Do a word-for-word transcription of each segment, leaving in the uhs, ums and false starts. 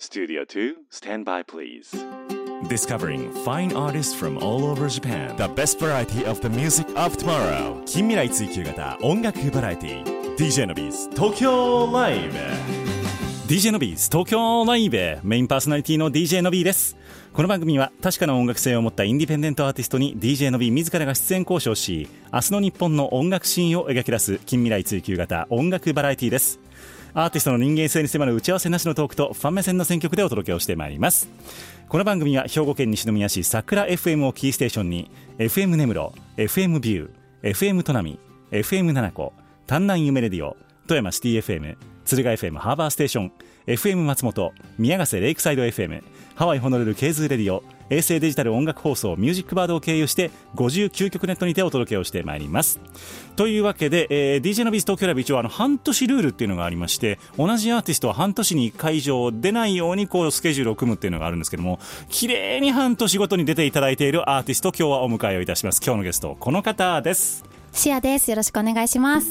Studio two, stand by please. Discovering fine artists from all over Japan. The best variety of the music of tomorrow. 近未来追求型音楽バラエティ ディージェー のビーズ東京ライブ ディージェー のビーズ東京ライブメインパーソナリティの ディージェー のビーです。この番組は確かな音楽性を持ったインディペンデントアーティストに ディージェー のビー自らが出演交渉し、明日の日本の音楽シーンを描き出す近未来追求型音楽バラエティです。アーティストの人間性に迫る打ち合わせなしのトークとファン目線の選曲でお届けをしてまいります。この番組は兵庫県西宮市桜 エフエム をキーステーションに エフエム 根室、エフエム ビュー、エフエム 砺波、エフエム 七子、丹南夢レディオ、富山シティ エフエム、敦賀 エフエム ハーバーステーション、エフエム 松本、宮ヶ瀬レイクサイド エフエム、ハワイホノルルケーズーレディオ、衛星デジタル音楽放送ミュージックバードを経由してごじゅうきゅうきょくネットにてお届けをしてまいります。というわけで、えー、ディージェー のビーズ東京ライブ一応あの半年ルールっていうのがありまして、同じアーティストは半年にいっかい以上出ないようにこうスケジュールを組むっていうのがあるんですけども、綺麗に半年ごとに出ていただいているアーティスト、今日はお迎えをいたします。今日のゲストこの方です。 シアです。よろしくお願いします。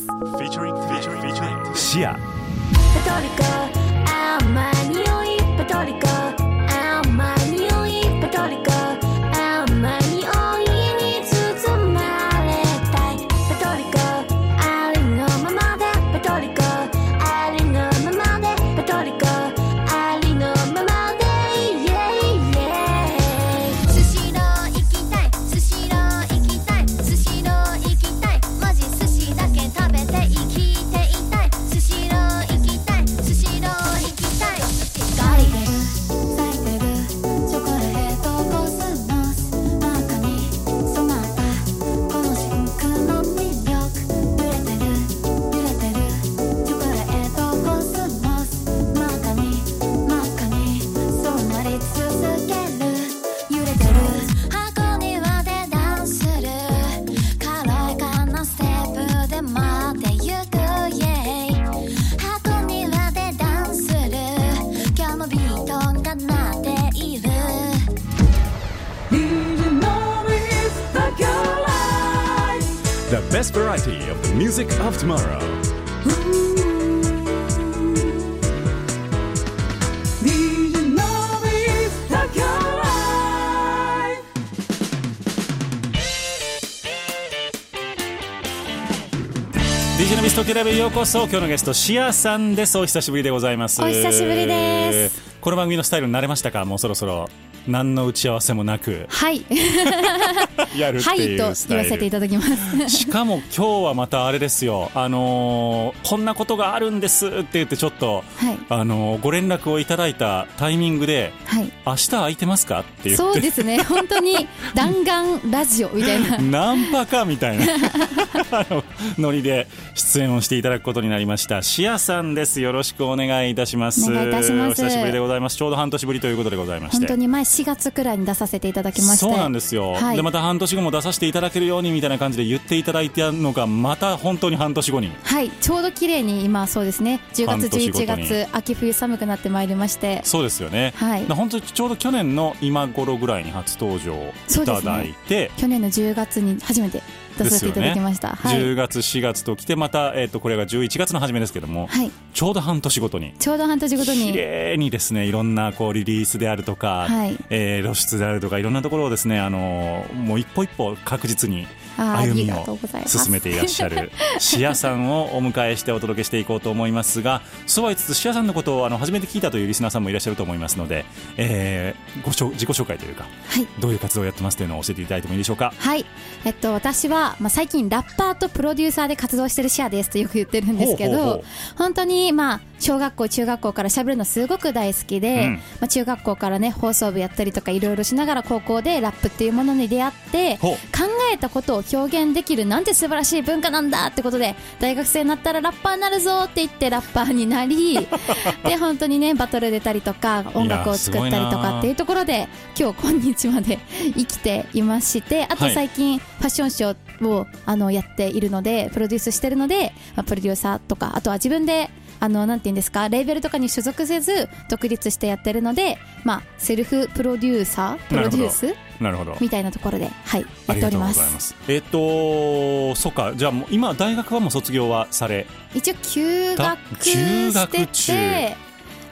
シア。 パトリコ甘い匂い、パトリコ甘い匂い、パトリコ甘い匂いに包まれたい、パトリコありのままで、パトリコありのままで、パトリコありのままで、イエイイエイ。スシロー行きたい、スシロー行きたい、スシロー行きたい、マジ寿司だけ食べて生きていたい、スシロー行きたい、スシロー行きたい、ガリベル咲いてるチョコレートコスモス中に染まったこの真空の魅力、揺れてる揺れてるチョコレートコスモス真っ赤に真っ赤に染まり続ける、揺れてる箱庭でダンスする軽やかなステップで待ってゆく、イエイ。箱庭でダンスする今日もビートが鳴っている。 ディージェー のビーズ東京ライブ The best variety of the music of tomorrow. ディージェー のビーズ東京ライディージェー のビーズ東京ライブへようこそ。今日のゲストシアさんです。お久しぶりでございます。 お久しぶりです。 この番組のスタイルに慣れましたか？もうそろそろ何の打ち合わせもなくはいやるっていうはいとスタイル、 言わせていただきますしかも今日はまたあれですよ、あのー、こんなことがあるんですって言ってちょっと、 はいあのー、ご連絡をいただいたタイミングで、 はい、 明日空いてますかって言って、 そうですね、本当に弾丸ラジオみたいなナンパかみたいなあのノリで出演をしていただくことになりましたシアさんです。よろしくお願いいたします。 お願いいたします。 お久しぶりでございます。ちょうど半年ぶりということでございまして、 本当に前しがつくらいに出させていただきまして、 そうなんですよ、はい、でまた半年後も出させていただけるようにみたいな感じで言っていただいてあるのが、また本当に半年後に、 はい、ちょうど綺麗に今そうですね、じゅうがつじゅういちがつ秋冬寒くなってまいりまして、 そうですよね、はい、本当にちょうど去年の今頃ぐらいに初登場いただいて、ね、 去年のじゅうがつに初めて出させていただきました、ね、はい、じゅうがつしがつと来てまた、えー、とこれがじゅういちがつの初めですけども、はい、ちょうど半年ごとにちょうど半年ごとに綺麗にですね、いろんなこうリリースであるとか、はい、えー、露出であるとかいろんなところをですね、あのー、もう一歩一歩確実に歩みを進めていらっしゃるシアさんをお迎えしてお届けしていこうと思いますが、そうは言いつつシアさんのことをあの初めて聞いたというリスナーさんもいらっしゃると思いますので、えー、ごしょ自己紹介というか、はい、どういう活動をやってますというのを教えていただいてもいいでしょうか。 はい、えっと、私は、まあ、最近ラッパーとプロデューサーで活動してるシアですとよく言ってるんですけど、ほうほうほう、本当に、まあ、小学校中学校から喋るのすごく大好きで、うん、まあ、中学校からね放送部やったりとかいろいろしながら高校でラップっていうものに出会って、考えたことを表現できるなんて素晴らしい文化なんだってことで、大学生になったらラッパーになるぞって言ってラッパーになりで本当にねバトル出たりとか音楽を作ったりとかっていうところで今日今日まで生きていまして、あと最近ファッションショーをあのやっているのでプロデュースしてるので、まあ、プロデューサーとかあとは自分であのなんていうんですか、レーベルとかに所属せず独立してやってるので、まあ、セルフプロデューサープロデュースなるほどみたいなところで、はい、やっております。ありがとうございます。 えっとそうか、じゃあもう今大学はもう卒業はされ、 一応休学してて、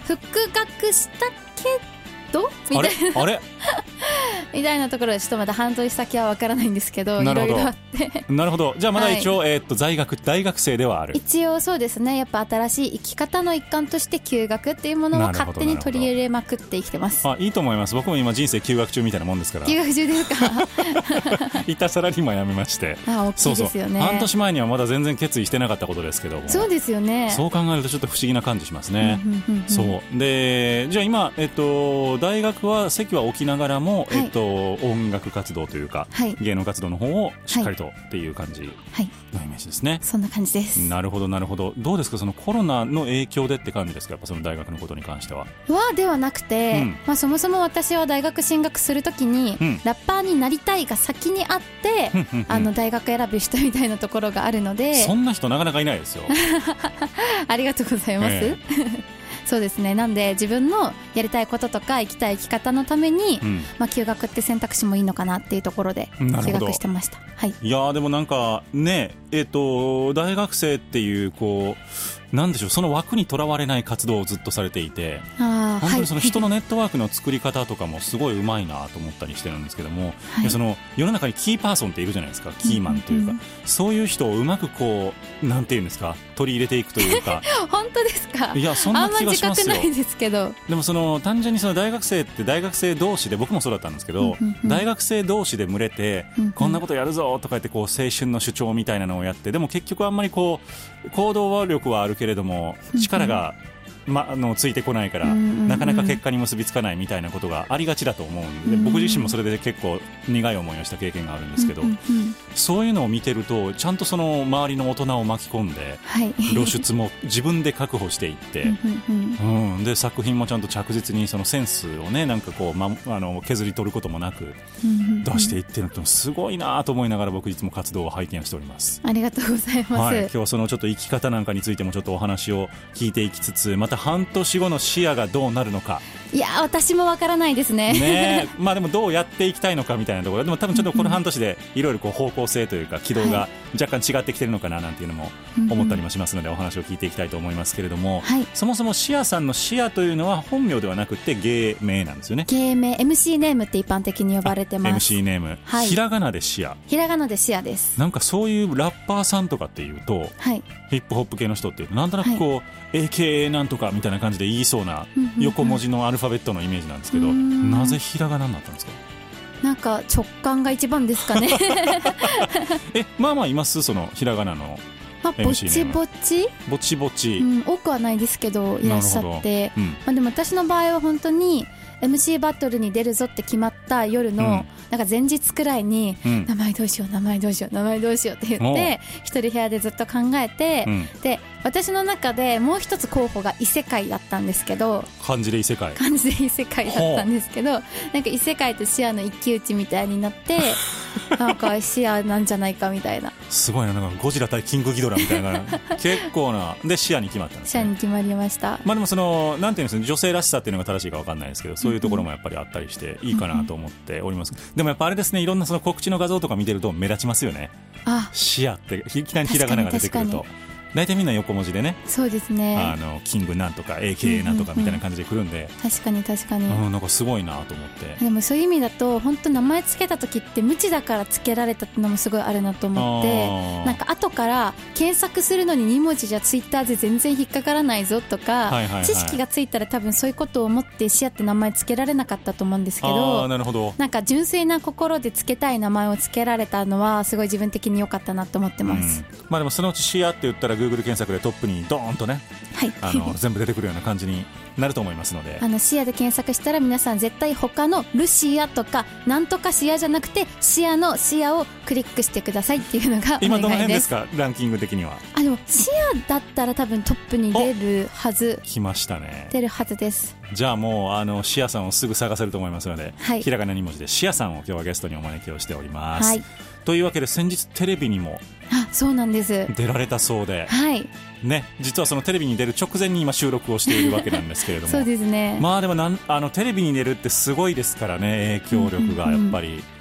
復学したけどみたいなあれあれみたいなところでちょっとまだ半年先はわからないんですけど、いなるほどろいろあってなるほど。じゃあまだ一応、はい、えー、っと在学大学生ではある。 一応そうですね。やっぱ新しい生き方の一環として休学っていうものを勝手に取り入れまくって生きてます。 あ、いいと思います。僕も今人生休学中みたいなもんですから。 休学中ですかいたサラリーマン辞めまして。 あ、大きいですよね。そうそう、 半年前にはまだ全然決意してなかったことですけども。 そうですよね。 そう考えるとちょっと不思議な感じしますね。そうで、じゃあ今、えっと、大学は席は置きながらも、はい、えっと、音楽活動というか、はい、芸能活動の方をしっかりとっていう感じのイメージですね。はい、 そんな感じです。 なるほどなるほど。どうですか、そのコロナの影響でって感じですか、やっぱその大学のことに関しては。 はではなくて、うん、まあ、そもそも私は大学進学するときに、うん、ラッパーになりたいが先にあって、うんうんうん、あの大学選びしたみたいなところがあるので。そんな人なかなかいないですよありがとうございます、えーそうですね。なんで自分のやりたいこととか生きたい生き方のために、うん、まあ、休学って選択肢もいいのかなっていうところで休学してました。はい、いやでもなんかね、えーと、大学生っていうこうなんでしょう、その枠にとらわれない活動をずっとされていて、あ、本当にその人のネットワークの作り方とかもすごいうまいなと思ったりしてるんですけども、はい、その世の中にキーパーソンっているじゃないですか、キーマンというか、うんうんうん、そういう人をうまくこうなんていうんですか、取り入れていくというか本当ですか。 いや、そんな気がしますよ。 あんま自覚ないですけど。 でもその単純にその大学生って大学生同士で、僕もそうだったんですけど、うんうんうん、大学生同士で群れて、うんうん、こんなことやるぞとか言ってこう青春の主張みたいなのをやって、でも結局あんまりこう行動力はあるけれども力が、ま、あのついてこないから、うんうんうん、なかなか結果に結びつかないみたいなことがありがちだと思うんで、うんうん、僕自身もそれで結構苦い思いをした経験があるんですけど、うんうんうん、そういうのを見てるとちゃんとその周りの大人を巻き込んで、はい、露出も自分で確保していってうんうん、うん、で作品もちゃんと着実にそのセンスをね、なんかこう、ま、あの削り取ることもなく出していってるのすごいなと思いながら僕いつも活動を拝見しております。 ありがとうございます、はい、 今日はそのちょっと生き方なんかについてもちょっとお話を聞いていきつつ、また半年後の視野がどうなるのか、 いや私もわからないです ね, ねまあでもどうやっていきたいのかみたいなところでも多分ちょっとこの半年でいろいろこう方向性というか軌道が若干違ってきてるのかななんていうのも思ったりもしますので、お話を聞いていきたいと思いますけれども、はい、そもそもシアさんのシアというのは本名ではなくて芸名なんですよね。 芸名 エムシー ネームって一般的に呼ばれてます。 エムシー ネーム、はい、ひらがなでシア。 ひらがなでシアです。 なんかそういうラッパーさんとかっていうと、はい、ヒップホップ系の人っていうとなんとなくこう、はい、エーケー なんとかみたいな感じで言いそうな横文字のアルファベットのイメージなんですけど、なぜひらがなになったんですか。 なんか直感が一番ですかねえ、まあまあいますそのひらがなの、 まあ、ぼちぼちぼちぼち、 うん、多くはないですけどいらっしゃって、うん、まあ、でも私の場合は本当にエムシー バトルに出るぞって決まった夜の、うん、なんか前日くらいに、うん、名前どうしよう名前どうしよう名前どうしようって言って一人部屋でずっと考えて、うん、で私の中でもう一つ候補が異世界だったんですけど、 漢字で異世界漢字で異世界だったんですけど、なんか異世界と視野の一騎打ちみたいになってなんか視野なんじゃないかみたいな、 すごいな、なんかゴジラ対キングギドラみたいな結構なで視野に決まったんです、ね、 視野に決まりました。 まあでもそのなんていうんですか、女性らしさっていうのが正しいか分かんないですけど、そういうところもやっぱりあったりしていいかなと思っております、うんうん、でもやっぱあれですね、いろんなその告知の画像とか見てると目立ちますよね。あ、視野っていきなりひらがなが出てくると大体みんな横文字でね、 そうですね、 あのキングなんとか エーケー なんとかみたいな感じで来るんで、うんうんうん、確かに確かに、 うん、なんかすごいなと思って。 でもそういう意味だと本当名前つけた時って無知だからつけられたってのもすごいあるなと思って、なんか後から検索するのにに文字じゃツイッターで全然引っかからないぞとか、はいはいはい、知識がついたら多分そういうことを思ってシアって名前つけられなかったと思うんですけど、 あ、なるほど、 なんか純粋な心でつけたい名前をつけられたのはすごい自分的に良かったなと思ってます、 うん、まあでもそのうちシアって言ったら Google 検索でトップにドーンとね、はい、あの全部出てくるような感じになると思いますので、 あのシアで検索したら皆さん絶対他のルシアとかなんとかシアじゃなくてシアのシアをクリックしてくださいっていうのがお願いです。 今どの辺ですか、ランキング的には。 あのシアだったら多分トップに出るはず。 来ましたね、 出るはずです。 じゃあもうあのシアさんをすぐ探せると思いますので、はい、ひらがなに文字でシアさんを今日はゲストにお招きをしております、はい、というわけで先日テレビにもあ、そうなんです、 出られたそうで、 はいね、実はそのテレビに出る直前に今収録をしているわけなんですけれどもそうですね、 まあでもなんあのテレビに出るってすごいですからね、影響力がやっぱり、うんうんうん、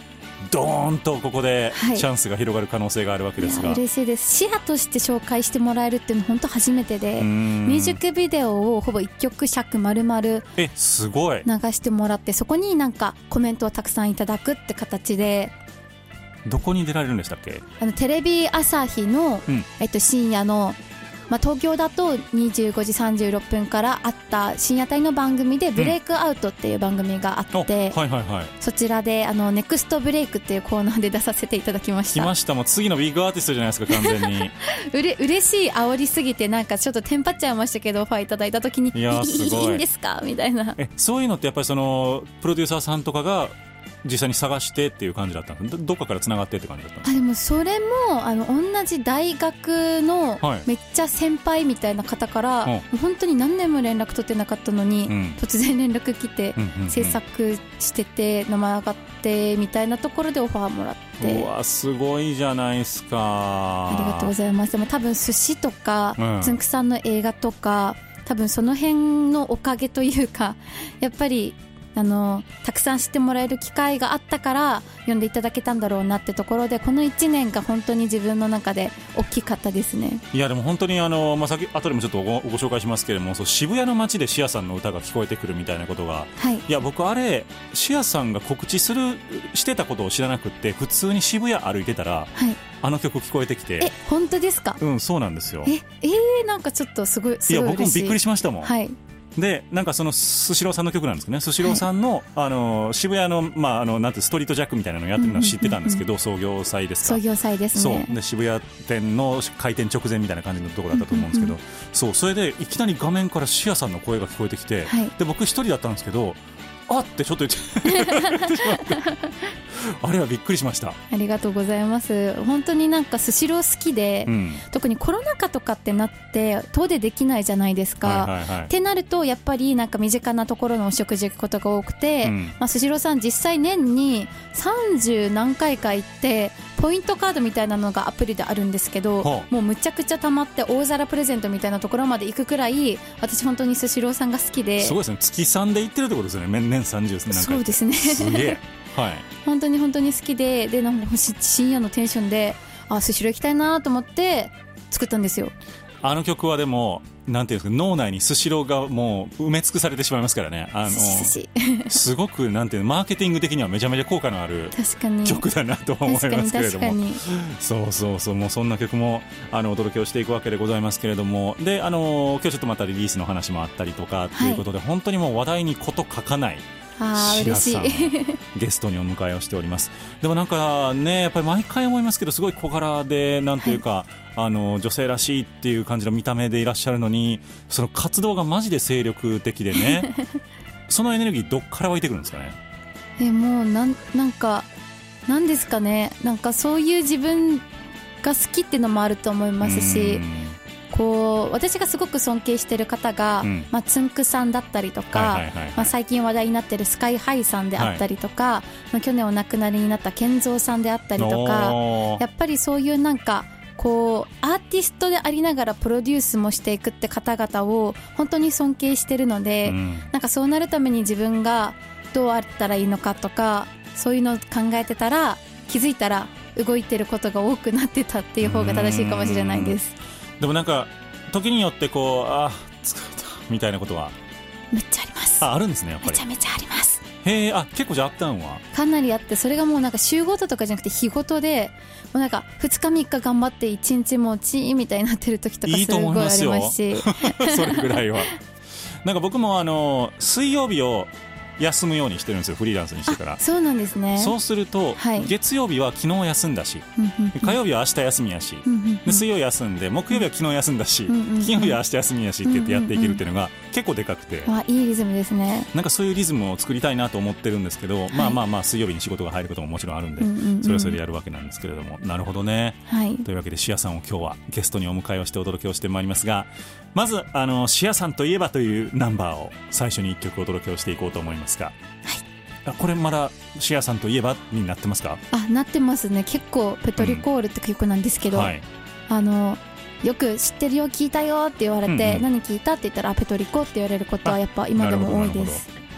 ドーンとここではいチャンスが広がる可能性があるわけですが、 いや嬉しいです。シアとして紹介してもらえるっていうのは本当初めてで、 うーんミュージックビデオをほぼいっきょく尺丸々流えすごい。 してもらって、そこになんかコメントをたくさんいただくって形で、 どこに出られるんでしたっけ？ あのテレビ朝日の、 うんえっと、深夜の、まあ、東京だとにじゅうごじさんじゅうろっぷんからあった深夜帯の番組でブレイクアウトっていう番組があって、 おはいはいはい。 そちらであのネクストブレイクっていうコーナーで出させていただきました。 来ました。もう次のビッグアーティストじゃないですか完全に。 うれ嬉しい煽りすぎてなんかちょっとテンパっちゃいましたけど、オファーいただいた時にいやーすごいいいんですかみたいな。 えそういうのってやっぱりそのプロデューサーさんとかが実際に探してっていう感じだったんですか？どどっかからつながってって感じだったんですあでもそれもあの同じ大学のはいめっちゃ先輩みたいな方から、 うんもう本当に何年も連絡取ってなかったのに、 うん突然連絡来て、 うんうんうん制作してて名前上がってみたいなところでオファーもらってうわすごいじゃないですか。 ありがとうございます。でも多分寿司とか、 うんつんくさんの映画とか多分その辺のおかげというか、やっぱりあのたくさん知ってもらえる機会があったから呼んでいただけたんだろうなってところで、このいちねんが本当に自分の中で大きかったですね。 いやでも本当にあの、まあ、先後でもちょっとご、ご紹介しますけれども、そう渋谷の街でシアさんの歌が聞こえてくるみたいなことが、 はい、 いや僕あれシアさんが告知するしてたことを知らなくって、普通に渋谷歩いてたらはい、 あの曲聞こえてきて、 え本当ですか？ うんそうなんですよ。 ええー、なんかちょっとすごいすいやごい嬉しい。 僕もびっくりしましたもん。 はい、 でなんかそのスシローさんの曲なんですけどね、スシローさんの、あの渋谷の、まあ、あのなんてストリートジャックみたいなのをやってるのは知ってたんですけど、創業祭ですか？ 創業祭ですね。 そうで渋谷店の開店直前みたいな感じのところだったと思うんですけど、そうそれでいきなり画面からシアさんの声が聞こえてきて、 はい、 で僕一人だったんですけど、あってちょっと言って言ってしまってあれはびっくりしました。 ありがとうございます。本当になんかスシロー好きで、 うん、 特にコロナ禍とかってなって遠出できないじゃないですか、 はいはいはい、 ってなるとやっぱりなんか身近なところのお食事行くことが多くて、 うんまあ、スシローさん実際年にさんじゅう何回か行ってポイントカードみたいなのがアプリであるんですけど、 はあ、 もうむちゃくちゃ溜まって大皿プレゼントみたいなところまで行くくらい私本当にスシローさんが好きで。 すごいですね。月さんで行ってるってことですよね。年さんじゅう何回。 そうですねすげえはい本当に本当に好きで、でなんかし深夜のテンションであスシロー行きたいなと思って作ったんですよ。 あの曲はでもなんていうんですか、脳内にスシローがもう埋め尽くされてしまいますからね。あの寿司寿司すごくなんていうの、マーケティング的にはめちゃめちゃ効果のある確かに曲だなと思いますけれども、 確かに確かにそうそうそう、もうそんな曲もあのお届けをしていくわけでございますけれども、であの今日ちょっとまたリリースの話もあったりとかということで、はい、本当にもう話題にこと書かないあー嬉しいゲストにお迎えをしております。でもなんかね、やっぱり毎回思いますけど、すごい小柄でなんていうか、はい、あの女性らしいっていう感じの見た目でいらっしゃるのに、その活動がマジで精力的でねそのエネルギーどっから湧いてくるんですかね。 えもうなんなんかなんですかね、なんかそういう自分が好きっていうのもあると思いますし、こう私がすごく尊敬している方が、うんまあ、つんくさんだったりとか、まあ、最近話題になっているスカイハイさんであったりとか、はいまあ、去年お亡くなりになった健三さんであったりとか、やっぱりそういうなんかこうアーティストでありながらプロデュースもしていくって方々を本当に尊敬しているので、うん、なんかそうなるために自分がどうあったらいいのかとか、そういうのを考えてたら気づいたら動いてることが多くなってたっていう方が正しいかもしれないです。 でもなんか時によってこうあ疲れたみたいなことはめっちゃあります。 あ、あるんですね。やっぱりめちゃめちゃあります。 へえ、あ結構じゃああったんはかなりあって、それがもうなんか週ごととかじゃなくて日ごとで、もうなんかふつかみっか頑張っていちにちもうチーみたいになってる時とかすごいありますし、いいと思いますよそれぐらいはなんか僕もあの水曜日を休むようにしてるんですよ、フリーランスにしてから。 そうなんですね。 そうすると、はい、月曜日は昨日休んだし、火曜日は明日休みやし、で水曜休んで木曜日は昨日休んだし、金曜日は明日休みやしって言ってやっていけるっていうのが結構でかくて、 わいいリズムですね。 なんかそういうリズムを作りたいなと思ってるんですけど、はい、まあまあまあ水曜日に仕事が入ることももちろんあるんで、それはそれでやるわけなんですけれども、なるほどね、はい、というわけでシアさんを今日はゲストにお迎えをしてお届けをしてまいりますが、まずあのシアさんといえばというナンバーを最初にいっきょくお届けをしていこうと思いますが、はい、これまだシアさんといえばになってますか？ あ、なってますね。結構ペトリコールって曲なんですけど、うんはい、あのよく知ってるよ聞いたよって言われて、うんうん、何聞いたって言ったらペトリコって言われることはやっぱ今でも多いです。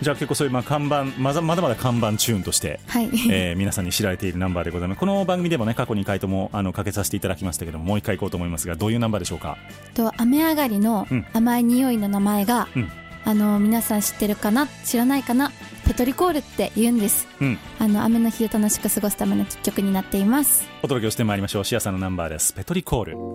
じゃあ結構そういうまあ看板まだまだまだ看板チューンとして、 はいえー、皆さんに知られているナンバーでございます。この番組でもね過去にかいともあのかけさせていただきましたけども、もう一回いこうと思いますが、どういうナンバーでしょうか。 と雨上がりの甘い匂いの名前が、 うん、 あの皆さん知ってるかな知らないかな、ペトリコールって言うんです、うん、あの雨の日を楽しく過ごすための曲になっています。 お届けをしてまいりましょう。シアさんのナンバーです。ペトリコール。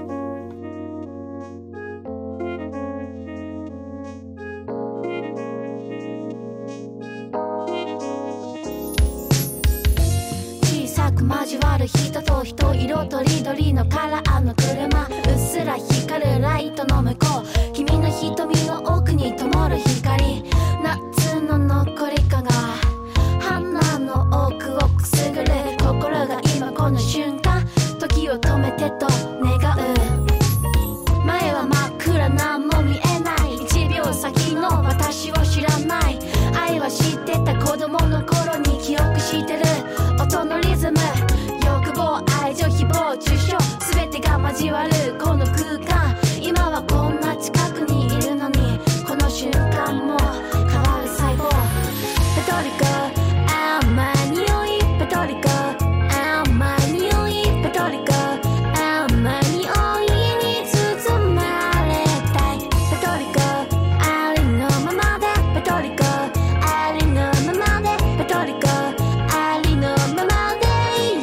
交わる人と人、色とりどりのカラーの車、うっすら光るライトの向こう、君の瞳の奥に灯る光、夏の残りかが花の奥をくすぐる、心が今この瞬間時を止めてと願う。前は真っ暗、何も見えない、一秒先の私を知らない、愛は知ってた子供の頃に記憶してる音のリズム、欲望、愛情、誹謗中傷、全てが交わるこの空間、今はこんな近くにいるのに、この瞬間も変わる細胞、ペトリコ甘い匂い、ペトリコ甘い匂い、ペトリコ甘い匂いに包まれたい、ペトリコありのままで、ペトリコありのままで、ペトリコありのままで、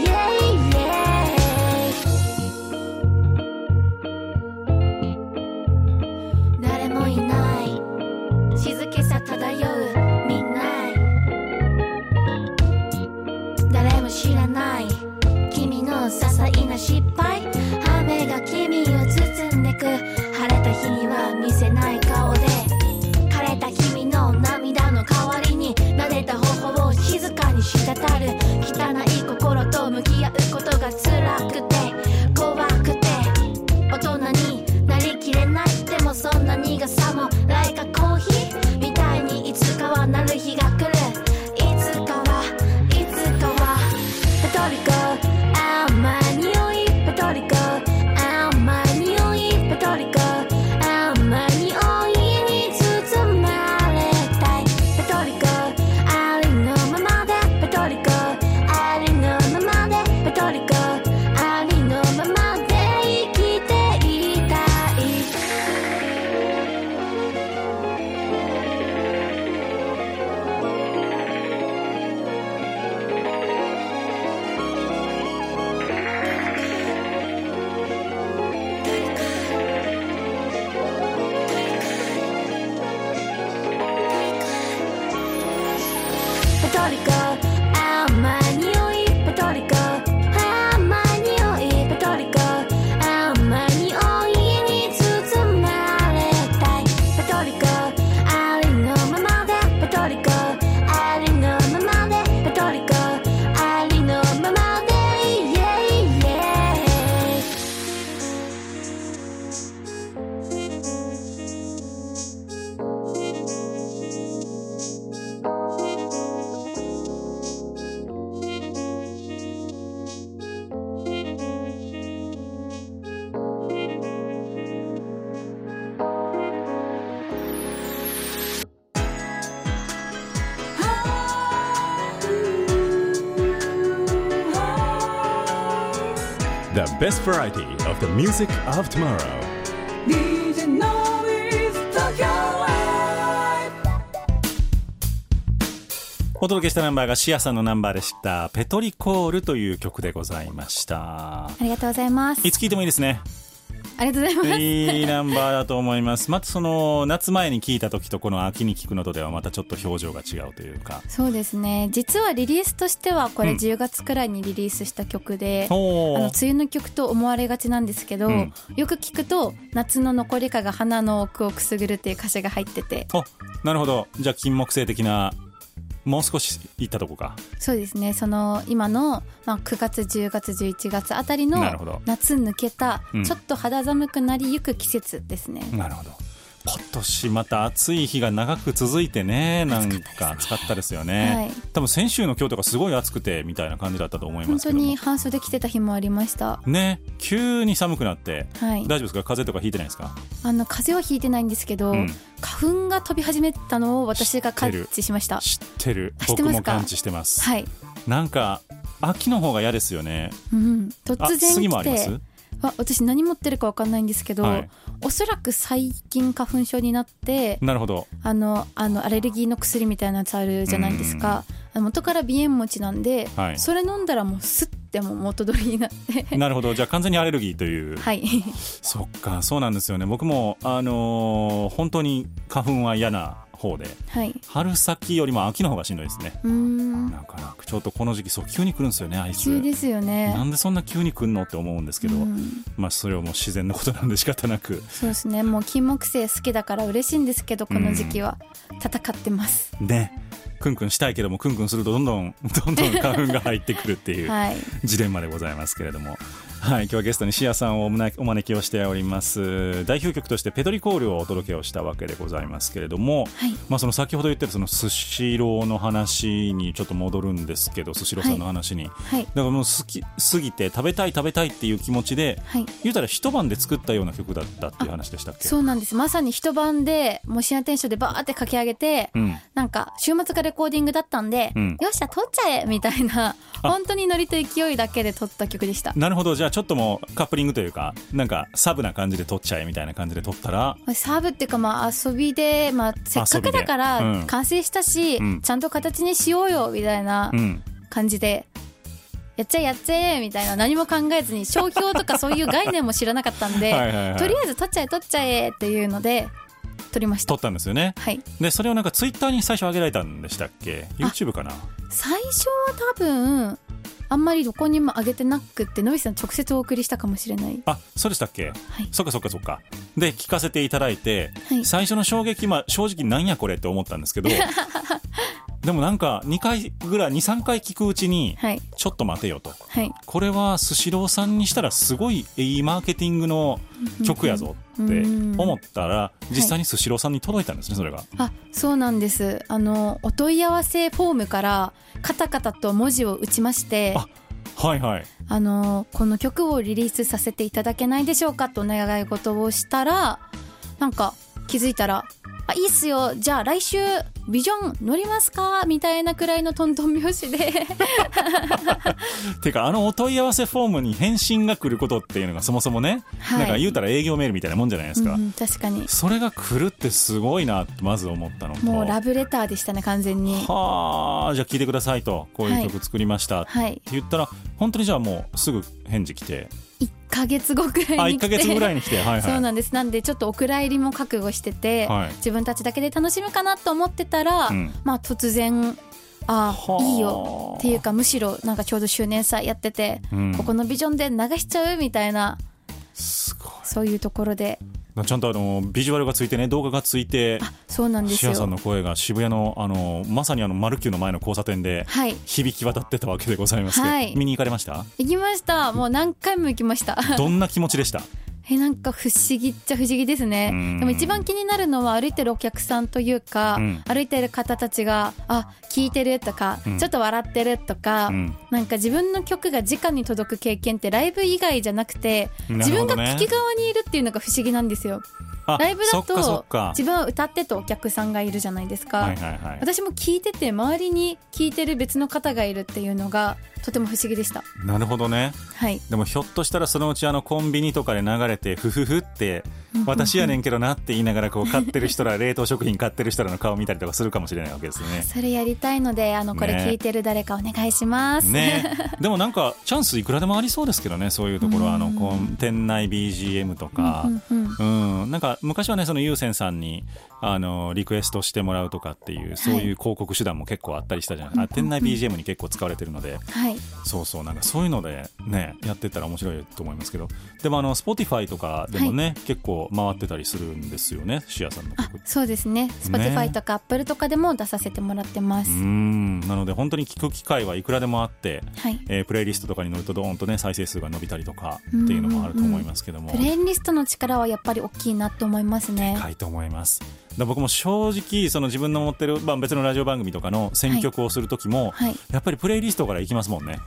誰もいない静けさ漂うみんな、誰も知らない君の些細な失敗、雨が君を包んでく、晴れた日には見せない顔で、枯れた君の涙の代わりに撫でた頬を静かに滴る、汚い心と向き合うことが辛くて怖くて大人になりきれない、でもそんな苦さもライカコーヒーみたいにいつかはなる日が来る、いつかはいつかは、ペトリコ甘い匂い、ペトリコ甘い匂い、ペトリコ甘い匂いに包まれたい、ペトリコありのままで、ペトリコありのままで、ペトリコありのままで生きていたい。ペトリコ甘い匂い、ペトリコ甘い匂い、ペトリコ甘い匂いに包まれたい、ペトリコありのままで、ペトリコありのままで、ペトリコありのままで、イエイイエイ。 The best variety of the music of tomorrow. ディージェー の is Tokyo Live。 お届けしたナンバーがシアさんのナンバーでした。ペトリコールという曲でございました。 ありがとうございます。 いつ聴いてもいいですね。 ありがとうございます。 いいナンバーだと思います。またその夏前に聴いた時とこの秋に聴くのとではまたちょっと表情が違うというか。 そうですね。実はリリースとしてはこれじゅうがつくらいにリリースした曲で、うん、あの梅雨の曲と思われがちなんですけど、うん、よく聞くと夏の残りかが花の奥をくすぐるっていう歌詞が入ってて。 あ、なるほど。じゃあ金木犀的なもう少しいったとこか。 そうですね。その今の、まあ、くがつじゅうがつじゅういちがつあたりの夏抜けた、うん、ちょっと肌寒くなりゆく季節ですね。 なるほど。今年また暑い日が長く続いてね、なんか暑かったですよね、はい、多分先週の今日とかすごい暑くてみたいな感じだったと思いますけども、 本当に半袖着てた日もありましたね。急に寒くなって、 はい、 大丈夫ですか？風邪とかひいてないですか？ あの風邪はひいてないんですけど、うん、 花粉が飛び始めたのを私が感知しました。 知ってる。 知ってますか？ 僕も感知してます。 はい。 なんか秋の方が嫌ですよね。 うん、突然来て。 あ、杉もあります？ あ、私何持ってるか分かんないんですけど、はい、おそらく最近花粉症になって、 なるほど。 あのあのアレルギーの薬みたいなやつあるじゃないですか。元から鼻炎持ちなんで、はい、それ飲んだらもうスッても元取りになってなるほど。じゃあ完全にアレルギーという。 はいそっか、そうなんですよね。僕も、あのー、本当に花粉は嫌な方で、はい、春先よりも秋の方がしんどいですね。うーん、なんかなんかちょっとこの時期そう急に来るんですよね。あいつ急ですよね。 なんでそんな急に来るのって思うんですけど、まあそれはもう自然のことなんで仕方なく。 そうですね。もう金木犀好きだから嬉しいんですけど、この時期は戦ってますね。クンクンしたいけども、クンクンするとどんどんどんどん花粉が入ってくるっていうジレンマでございますけれども、はい、今日はゲストにシアさんをお招きをしております。代表曲としてペトリコールをお届けをしたわけでございますけれども、はい、まあ、その先ほど言ってるそのスシローの話にちょっと戻るんですけど、スシローさんの話に、はい、だからもう好きすぎて食べたい食べたいっていう気持ちで、はい、言うたら一晩で作ったような曲だったっていう話でしたっけ？ そうなんです。まさに一晩でもうシアテンションでバーって書き上げて、うん、なんか週末がレコーディングだったんで、うん、よっしゃ撮っちゃえみたいな、本当にノリと勢いだけで撮った曲でした。 なるほど。じゃあちょっともうカップリングというか、なんかサブな感じで撮っちゃえみたいな感じで撮ったら、 サブっていうか、まあ遊びで、まあ、せっかくだから完成したし、うん、ちゃんと形にしようよみたいな感じで、やっちゃえやっちゃえみたいな、何も考えずに、商標とかそういう概念も知らなかったんではいはい、はい、とりあえず撮っちゃえ撮っちゃえっていうので撮りました。 撮ったんですよね。はい。でそれをなんかツイッターに最初上げられたんでしたっけ？ YouTube かな。 最初は多分あんまりどこにも上げてなくって、のびさん直接お送りしたかもしれない。 あ、そうでしたっけ？はい、そっかそっかそっか。で聞かせていただいて、はい、最初の衝撃、まあ、正直なんやこれって思ったんですけどでもなんかにかいぐらい にさんかい聞くうちに、はい、ちょっと待てよと、はい、これはスシローさんにしたらすごいいいマーケティングの曲やぞって思ったら、実際にスシローさんに届いたんですね、それが。 あ、そうなんです。あのお問い合わせフォームからカタカタと文字を打ちまして、 あ、はいはい、 あのこの曲をリリースさせていただけないでしょうかとお願い事をしたら、なんか気づいたら、あ、いいっすよ、じゃあ来週ビジョン乗りますかみたいなくらいのトントン拍子でてか、あのお問い合わせフォームに返信が来ることっていうのがそもそもね、はい、なんか言うたら営業メールみたいなもんじゃないですか、うん、 確かにそれが来るってすごいなってまず思ったのと、 もうラブレターでしたね、完全に。 はあ、じゃあ聞いてくださいと、こういう曲作りました、はい、って言ったら、本当にじゃあもうすぐ返事来て、 いっかげつごくらいに来て、あ、いっかげつぐらいに来て、はいはい、そうなんです。なんでちょっとお蔵入りも覚悟してて、はい、自分たちだけで楽しむかなと思ってたら、うん、まあ突然、あ、いいよっていうか、むしろなんかちょうど周年祭やってて、うん、ここのビジョンで流しちゃうみたいな、 すごい、 そういうところでちゃんとあのビジュアルがついてね、動画がついて、 あ、そうなんですよ。 シアさんの声が渋谷の、あのまさにあのマルキューの前の交差点で響き渡ってたわけでございますけど、はい、見に行かれました？ 行きました。もう何回も行きましたどんな気持ちでした？ え、なんか不思議っちゃ不思議ですね。でも一番気になるのは歩いてるお客さんというか、うん、歩いてる方たちが、あ、聞いてるとか、うん、ちょっと笑ってるとか、うん、なんか自分の曲が直に届く経験ってライブ以外じゃなくて、ね、自分が聞き側にいるっていうのが不思議なんですよ。ライブだと自分は歌ってとお客さんがいるじゃないですか、はいはいはい、私も聞いてて周りに聞いてる別の方がいるっていうのがとても不思議でした。 なるほどね、 はい、 でもひょっとしたらそのうちあのコンビニとかで流れて、ふふふって私やねんけどなって言いながら、こう買ってる人ら冷凍食品買ってる人らの顔見たりとかするかもしれないわけですね。 それやりたいので、あのこれ聞いてる誰かお願いします、 ねね、でもなんかチャンスいくらでもありそうですけどね、そういうところはあのこう店内 ビージーエム とか、うんうんうんうん、なんか昔はね、そのユーセンさんにあのリクエストしてもらうとかっていう、そういう広告手段も結構あったりしたじゃない、はい、あ、店内 ビージーエム に結構使われてるので、はい、そうそう、なんかそういうのでねやってったら面白いと思いますけど、でもあの Spotify とかでもね、はい、結構回ってたりするんですよね、シアさんの曲。 あ、そうですね、 Spotify とか Apple とかでも出させてもらってます。 うーん、なので本当に聞く機会はいくらでもあって、はい、えー、プレイリストとかに乗るとドーンとね再生数が伸びたりとかっていうのもあると思いますけども、 うんうん、プレイリストの力はやっぱり大きいなと思いますね。 高いと思います。だ僕も正直その自分の持ってる、まあ、別のラジオ番組とかの選曲をする時も、はいはい、やっぱりプレイリストからいきますもんね。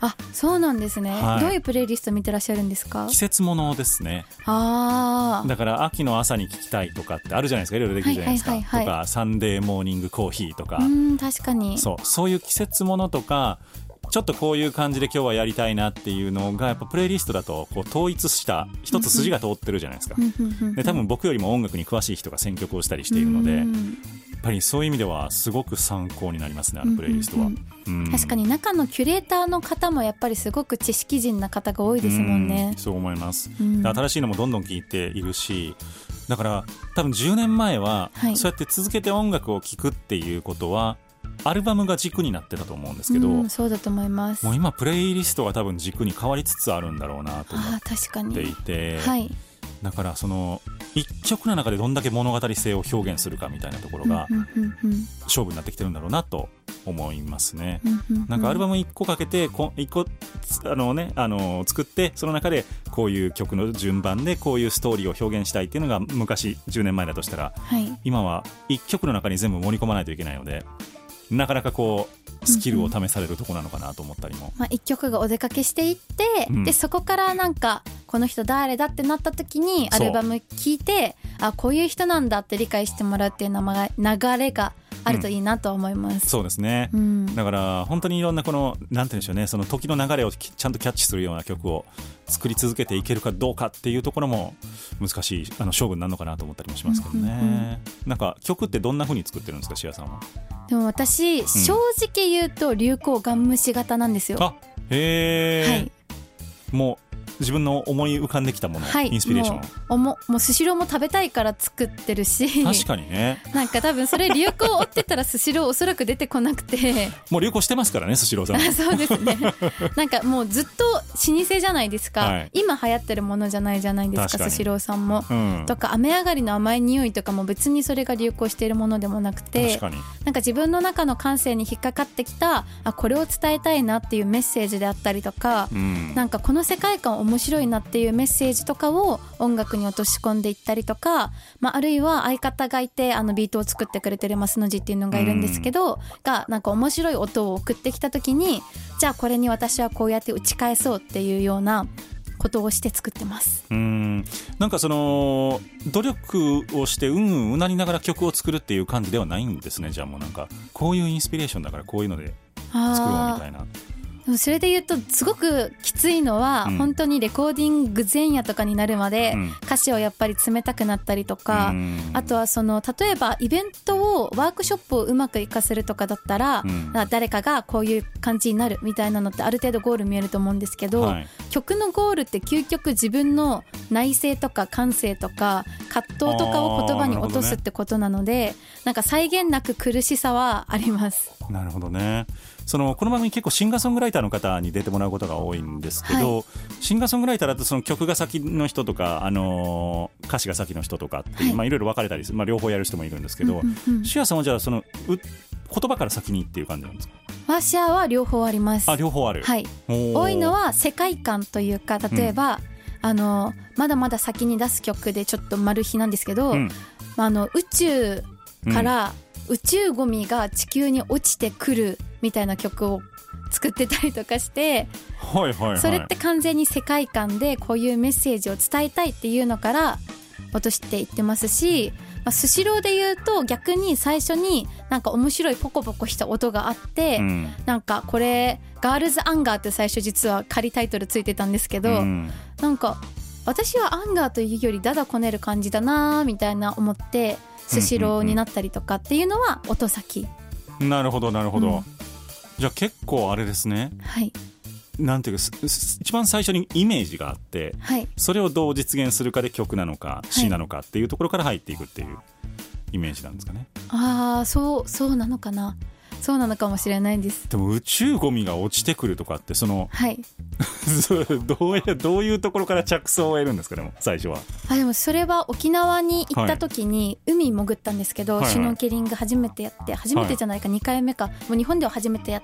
あ、そうなんですね、 はい、 どういうプレイリスト見てらっしゃるんですか？ 季節ものですね。 あだから秋の朝に聞きたいとかってあるじゃないですか。いろいろできるじゃないですか、 はいはいはいはい、 とかサンデーモーニングコーヒーとか、 うん、確かにそう、そういう季節ものとかちょっとこういう感じで今日はやりたいなっていうのがやっぱプレイリストだとこう統一した一つ筋が通ってるじゃないですか。で多分僕よりも音楽に詳しい人が選曲をしたりしているので、やっぱりそういう意味ではすごく参考になりますね、あのプレイリストは。うんうん、 確かに中のキュレーターの方もやっぱりすごく知識人な方が多いですもんね。 うん、そう思います、 うん、 新しいのもどんどん聞いているし、だから多分じゅうねんまえはそうやって続けて音楽を聴くっていうことはアルバムが軸になってたと思うんですけど、 うん、そうだと思います。 もう今プレイリストが多分軸に変わりつつあるんだろうなと思っていて、 はい、 だからその一曲の中でどんだけ物語性を表現するかみたいなところが勝負になってきてるんだろうなと思いますね。なんかアルバムいっこかけていっこあの、ね、あの作って、その中でこういう曲の順番でこういうストーリーを表現したいっていうのが昔じゅうねんまえだとしたら、はい、今はいっきょくの中に全部盛り込まないといけないので、なかなかこうスキルを試されるところなのかなと思ったりも、 まあ、いっきょくがお出かけしていって、うん、でそこからなんかこの人誰だってなった時にアルバム聴いて、あ、こういう人なんだって理解してもらうっていう流れがあるといいなと思います、 うん、そうですね、うん、だから本当にいろんなこのなんて言うんでしょうね、その時の流れをちゃんとキャッチするような曲を作り続けていけるかどうかっていうところも難しいあの勝負になるのかなと思ったりもしますけどね、うんうんうん、なんか曲ってどんな風に作ってるんですか、シアさんは。 でも私、うん、正直言うと流行ガン無視型なんですよ。 あ、へー、はい、もう自分の思い浮かんできたもの、はい、インスピレーション、 もうおももうスシローも食べたいから作ってるし、 確かにね、 なんか多分それ流行を追ってたらスシローおそらく出てこなくてもう流行してますからね、スシローさんそうですねなんかもうずっと老舗じゃないですか、はい、今流行ってるものじゃないじゃないですか、スシローさんも、うん、とか雨上がりの甘い匂いとかも別にそれが流行しているものでもなくて、 確かになんか自分の中の感性に引っかかってきた、あ、これを伝えたいなっていうメッセージであったりとか、うん、なんかこの世界観面白いなっていうメッセージとかを音楽に落とし込んでいったりとか、まあ、あるいは相方がいてあのビートを作ってくれてるマスの字っていうのがいるんですけど、がなんか面白い音を送ってきた時に、じゃあこれに私はこうやって打ち返そうっていうようなことをして作ってます。 うーん、なんかその努力をしてうんうんうなりながら曲を作るっていう感じではないんですね。じゃあもうなんかこういうインスピレーションだからこういうので作ろうみたいな。 それで言うとすごくきついのは、うん、本当にレコーディング前夜とかになるまで歌詞をやっぱり詰めたくなったりとか、うん、あとはその例えばイベントをワークショップをうまく活かせるとかだったら、うん、誰かがこういう感じになるみたいなのってある程度ゴール見えると思うんですけど、はい、曲のゴールって究極自分の内省とか感性とか葛藤とかを言葉に落とすってことなので、な、ね、なんか際限なく苦しさはあります。 なるほどね。そのこの番組結構シンガーソングライターの方に出てもらうことが多いんですけど、はい、シンガーソングライターだとその曲が先の人とか、あのー、歌詞が先の人とかっていう、はい、まあ、いろいろ分かれたりする、まあ、両方やる人もいるんですけど、うんうんうん、シアさんはじゃあその言葉から先にっていう感じなんですか。 ワシアは両方あります。 あ、両方ある、はい、 多いのは世界観というか、例えば、うん、あのまだまだ先に出す曲でちょっとマル秘なんですけど、うん、あの宇宙から、うん、宇宙ゴミが地球に落ちてくるみたいな曲を作ってたりとかして、 はいはいはい、 それって完全に世界観でこういうメッセージを伝えたいっていうのから落としていってますし、まあ、スシローで言うと逆に最初になんか面白いポコポコした音があって、うん、なんかこれガールズアンガーって最初実は仮タイトルついてたんですけど、うん、なんか私はアンガーというよりダダこねる感じだなみたいな思ってスシローになったりとかっていうのは音先、 うんうんうん、なるほどなるほど、うん、じゃあ結構あれですね、 はい、 なんていうか一番最初にイメージがあって、はい、それをどう実現するかで曲なのか詩なのかっていうところから入っていくっていうイメージなんですかね。 ああ、そうそうなのかな。そうなのかもしれないです。 でも宇宙ゴミが落ちてくるとかってその、 はい、 どうやどういうところから着想を得るんですか。でも最初はあでもそれは沖縄に行った時に海潜ったんですけど、はい、シュノーケリング初めてやって初めてじゃないか、はい、にかいめか、もう日本では初めてやって、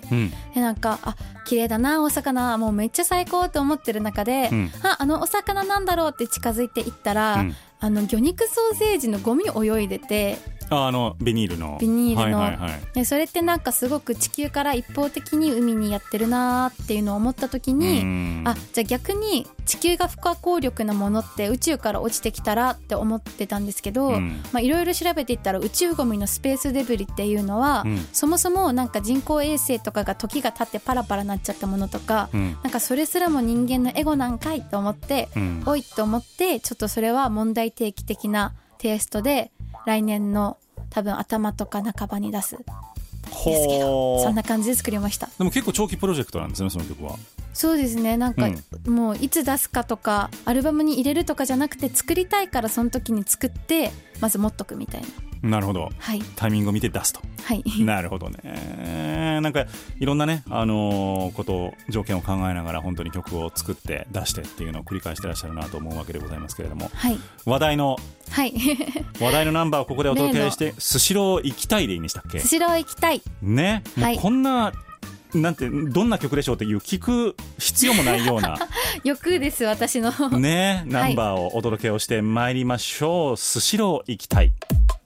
うん、でなんかあ綺麗だなお魚、もうめっちゃ最高と思ってる中で、うん、ああのお魚なんだろうって近づいていったら、うん、あの魚肉ソーセージのゴミ泳いでて、 ああのビニールのビニールの、 はいはいはい、 でそれってなんかすごく地球から一方的に海にやってるなっていうのを思った時に、あじゃあ逆に地球が不可抗力なものって宇宙から落ちてきたらって思ってたんですけど、いろいろ調べていったら宇宙ゴミのスペースデブリっていうのは、うん、そもそもなんか人工衛星とかが時が経ってパラパラなっちゃったものとか、うん、なんかそれすらも人間のエゴなんかいと思って、うん、おいと思ってちょっとそれは問題提起的なテイストで来年の多分頭とか半ばに出すですけど、そんな感じで作りました。 でも結構長期プロジェクトなんですね、その曲は。 そうですね、なんか、うん、もういつ出すかとかアルバムに入れるとかじゃなくて作りたいからその時に作ってまず持っとくみたいな。 なるほど、はい、タイミングを見て出すと、はい、なるほどね。なんかいろんなね、あのー、こと条件を考えながら本当に曲を作って出してっていうのを繰り返してらっしゃるなと思うわけでございますけれども、はい、話題の、はい、話題のナンバーをここでお届けしてスシロー行きたいでいいんでしたっけ。 スシロー行きたいね、もうこんな、はい、なんてどんな曲でしょうっていう聞く必要もないような欲です私のねナンバーをお届けをしてまいりましょう、はい、スシロー行きたい。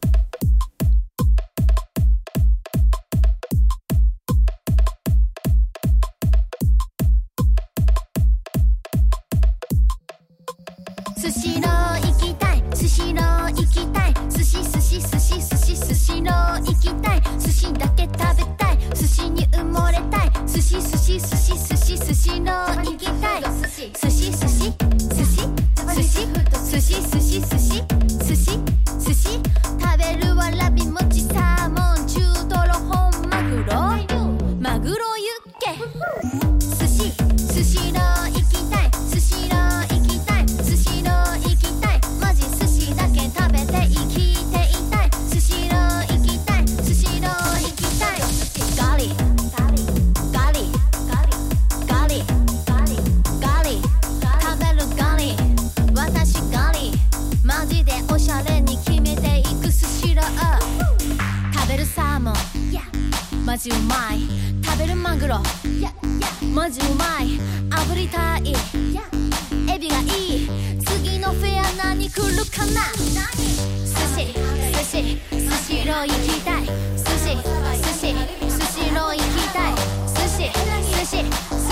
スシロー行きたい、スシロー行きたい、寿司寿司寿司寿司スシロー行きたい、寿司だけ食べたい、寿司に埋もれたい、寿司寿司寿司寿司スシロー行きたい、寿司寿司寿司寿司寿司寿司寿司寿司寿司寿司食べるわらび餅サーモン中トロ本マグロマグロユッケ、寿司スシロー行きたい、スシロー行きたい、スシロー行きたい、マジ寿司だけ食べて生きていたい、スシロー行きたい、スシロー行きたい、ガリガリガリガリガリガリ食べるガリ、私ガリマジでおしゃれに決めていくスシロー、食べるサーモンマジうまい、食べるマグロマジうまい、炙りたいエビがいい、次のフェア何来るかな、寿司寿司スシロー行きたい、寿司寿司スシロー行きたい、寿司寿司スシロー行きたい、寿司寿司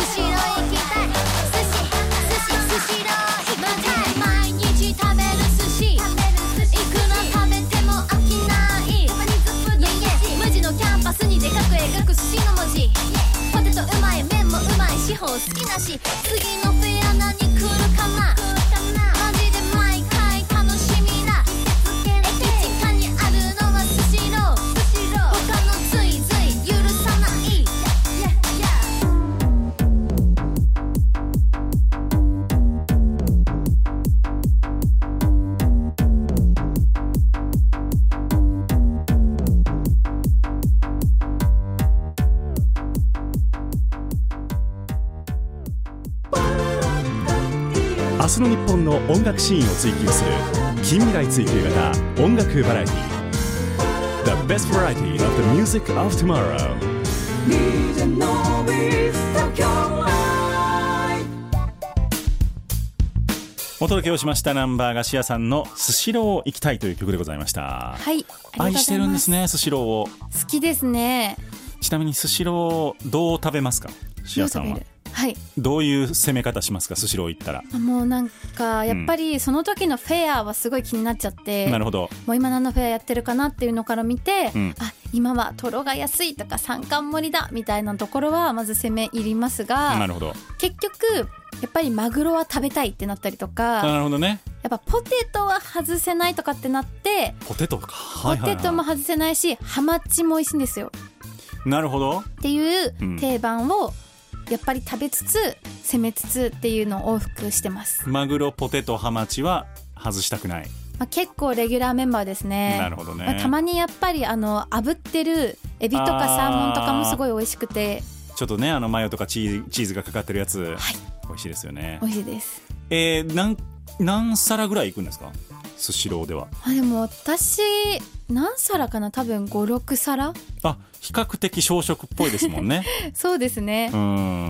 スシロー行きたい、毎日食べる寿司いくら食べても飽きない、イエイ無地のキャンパスにでかく描く寿司の文字、ポテトうまい麺もうまい司法好きなし、次のフェア何来るかな、マジで毎回楽しみだ、駅近にあるのはスシロー、他のついつい許さない、 明日の日本の音楽シーンを追求する近未来追求型音楽バラエティ The best variety of the music of tomorrow ディージェー のビーズ東京ライブお届けをしましたナンバーがシアさんのスシロー行きたいという曲でございました。 はい、 愛してるんですね、スシローを。 好きですね。 ちなみにスシローどう食べますか、シアさんは。はい、どういう攻め方しますか、スシロー行ったら。 もうなんかやっぱりその時のフェアはすごい気になっちゃって、うん、 なるほど。 もう今何のフェアやってるかなっていうのから見て、うん、あ今はトロが安いとか三貫盛りだみたいなところはまず攻め入りますが、 なるほど。 結局やっぱりマグロは食べたいってなったりとか、 なるほどね。 やっぱポテトは外せないとかってなって、 ポテトか、 はいはいはい、ポテトも外せないしハマチも美味しいんですよ。 なるほどっていう定番をやっぱり食べつつ攻めつつっていうのを往復してます。 マグロ、ポテト、ハマチは外したくない。 まあ、結構レギュラーメンバーですね。 なるほどね。 まあ、たまにやっぱりあの炙ってるエビとかサーモンとかもすごい美味しくて、 ちょっとね、あのマヨとかチーズ、チーズがかかってるやつ、はい、美味しいですよね。 美味しいです。 えー、何何皿ぐらいいくんですか、スシローでは。 あでも私何皿かな、多分ご、ろく皿。 あ、比較的小食っぽいですもんねそうですね。 うん。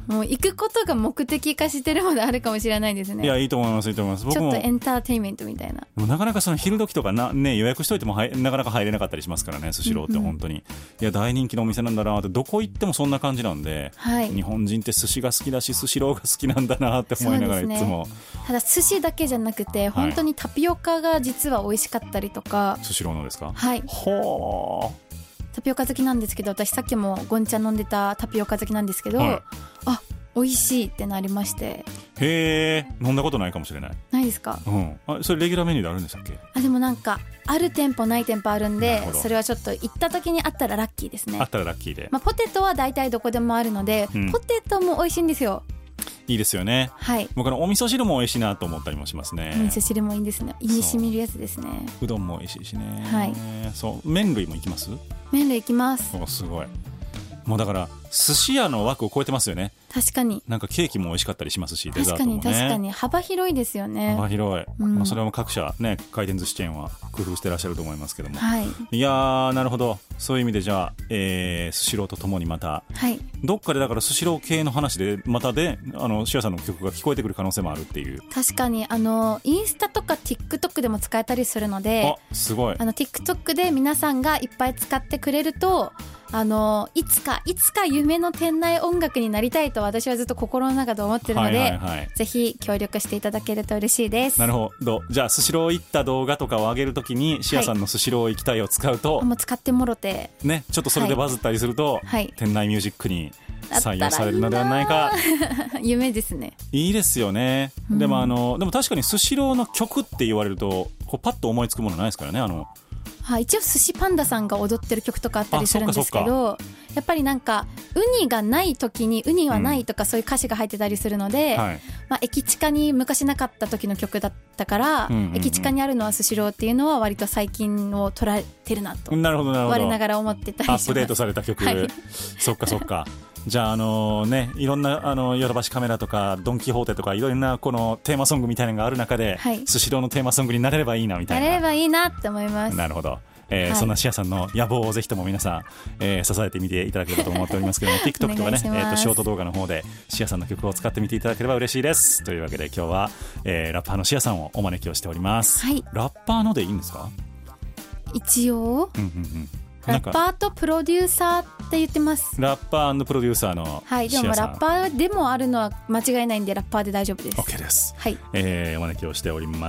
もう行くことが目的化してるのであるかもしれないですね。 いやいいと思いますいいと思います。僕もちょっとエンターテインメントみたいな。 もうなかなかその昼時とかな、ね、予約しといてもはいなかなか入れなかったりしますからね、スシローって本当に、うんうん、いや大人気のお店なんだなって、どこ行ってもそんな感じなんで、はい、日本人って寿司が好きだしスシローが好きなんだなって思いながらいつも、ね、 ただ寿司だけじゃなくて本当にタピオカが実は美味しかったりとか、 はい、スシローのですか。 はい。 ほー、 タピオカ好きなんですけど、私さっきもゴンちゃん飲んでたタピオカ好きなんですけど、はい、あ、美味しいってなりまして。 へー、飲んだことないかもしれない。 ないですか。 うん、あ、それレギュラーメニューであるんでしたっけ。 あ、でもなんかある店舗ない店舗あるんで、それはちょっと行った時にあったらラッキーですね。 あったらラッキーで、 まあ、ポテトは大体どこでもあるので、うん、ポテトも美味しいんですよ。 いいですよね。 はい。 僕のお味噌汁も美味しいなと思ったりもしますね。 お味噌汁もいいんですね。胃に染みるやつですね。 うどんも美味しいしね。 はい。 そう、麺類もいきます。 麺類いきます。 お、すごい。もうだから寿司屋の枠を超えてますよね。 確かに。 なんかケーキも美味しかったりしますし、デザートもね。 確かに確かに幅広いですよね。 幅広い、 うん、 まあ、それは各社ね、回転寿司チェーンは工夫してらっしゃると思いますけども、 はい、 いやー、なるほど。そういう意味でじゃあ、えー、スシローとともにまた、 はい、 どっかでだからスシロー系の話でまたで、あのシアさんの曲が聞こえてくる可能性もあるっていう。 確かに、あのインスタとか TikTok でも使えたりするので、 あ、すごい。 あの TikTok で皆さんがいっぱい使ってくれると、あのいつかいつか夢の店内音楽になりたいと私はずっと心の中で思ってるので、はいはいはい、ぜひ協力していただけると嬉しいです。 なるほど。じゃあスシロー行った動画とかを上げるときにシアさんのスシロー行きたいを使うと、 はい、もう使ってもろて、 ね、ちょっとそれでバズったりすると、はい、店内ミュージックに採用されるのではないか。 夢ですね。 いいですよね、うん、でもあのでも確かにスシローの曲って言われるとこうパッと思いつくものないですからね。あのはい、一応寿司パンダさんが踊ってる曲とかあったりするんですけど、やっぱりなんかウニがない時にウニはないとかそういう歌詞が入ってたりするので、うん、はい、まあ、駅近に昔なかった時の曲だったから、うんうんうん、駅近にあるのはスシローっていうのは割と最近を捉えてるなと、 なるほどなるほど、 我ながら思ってたりします。 アップデートされた曲、はい、そっかそっか。じゃあ、あのね、いろんなあのヨドバシカメラとかドンキホーテとかいろんなこのテーマソングみたいなのがある中で、はい、スシローのテーマソングになれればいいなみたいな。 なれればいいなって思います。 なるほど。えーはい、そんなシアさんの野望をぜひとも皆さん、えー、支えてみていただければと思っておりますけどもTikTok とかね、えー、とショート動画の方でシアさんの曲を使ってみていただければ嬉しいです。というわけで今日は、えー、ラッパーのシアさんをお招きをしております、はい、ラッパーのでいいんですか。 一応、うんうんうん、ラッパーとプロデューサーって言ってます。 ラッパー&プロデューサーのシアさん、 はい、でもラッパーでもあるのは間違いないんでラッパーで大丈夫です。 OK です、 はい、 えー、お招きをしております。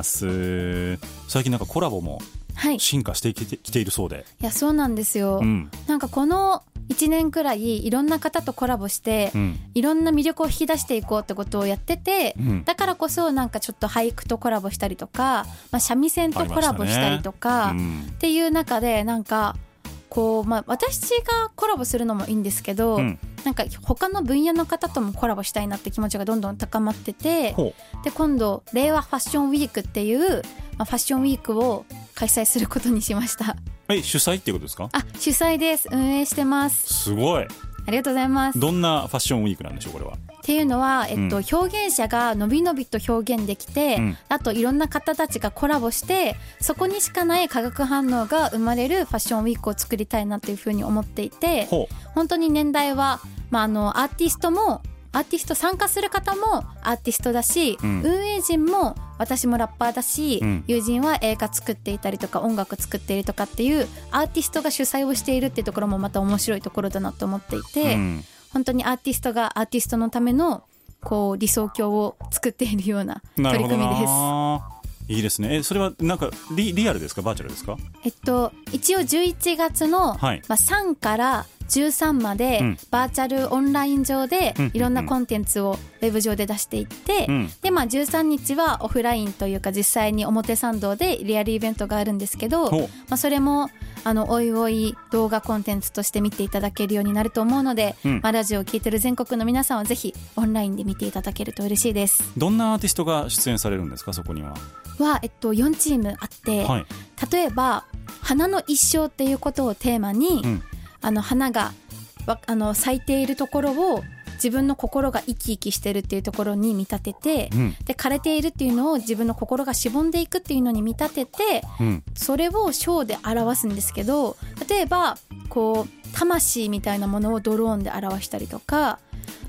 最近なんかコラボも進化してきて、はい、きているそうで。 いや、そうなんですよ、うん、なんかこのいちねんくらいいろんな方とコラボして、うん、いろんな魅力を引き出していこうってことをやってて、うん、だからこそなんかちょっと俳句とコラボしたりとか、まあ、三味線とコラボしたりとか、ね、うん、っていう中でなんかこう、まあ、私がコラボするのもいいんですけど、うん、なんか他の分野の方ともコラボしたいなって気持ちがどんどん高まってて、で今度令和ファッションウィークっていう、まあ、ファッションウィークを開催することにしました。 え、主催っていうことですか。 あ、主催です。運営してます。 すごい、 ありがとうございます。 どんなファッションウィークなんでしょうこれは。 っていうのは、えっと、うん、表現者がのびのびと表現できて、うん、あといろんな方たちがコラボしてそこにしかない化学反応が生まれるファッションウィークを作りたいなっていうふうに思っていて、本当に年代は、まあ、あのアーティストもアーティスト参加する方もアーティストだし、うん、運営陣も私もラッパーだし、うん、友人は映画作っていたりとか音楽作っているとかっていうアーティストが主催をしているっていうところもまた面白いところだなと思っていて、うん、本当にアーティストがアーティストのためのこう理想郷を作っているような取り組みです。 いいですね。え、それはなんか リ, リアルですかバーチャルですか。 えっと一応じゅういちがつの、はい、まあ、さんからじゅうさんまで、うん、バーチャルオンライン上でいろんなコンテンツをウェブ上で出していって、うん、で、まあ、じゅうさんにちはオフラインというか実際に表参道でリアルイベントがあるんですけど、まあ、それもあのおいおい動画コンテンツとして見ていただけるようになると思うので、うん、まあ、ラジオを聞いてる全国の皆さんはぜひオンラインで見ていただけると嬉しいです。 どんなアーティストが出演されるんですかそこには。 は、えっと、よんチームあって、はい、例えば花の一生っていうことをテーマに、うん、あの花があの咲いているところを自分の心が生き生きしてるっていうところに見立てて、うん、で枯れているっていうのを自分の心がしぼんでいくっていうのに見立てて、うん、それをショーで表すんですけど、例えばこう魂みたいなものをドローンで表したりとか、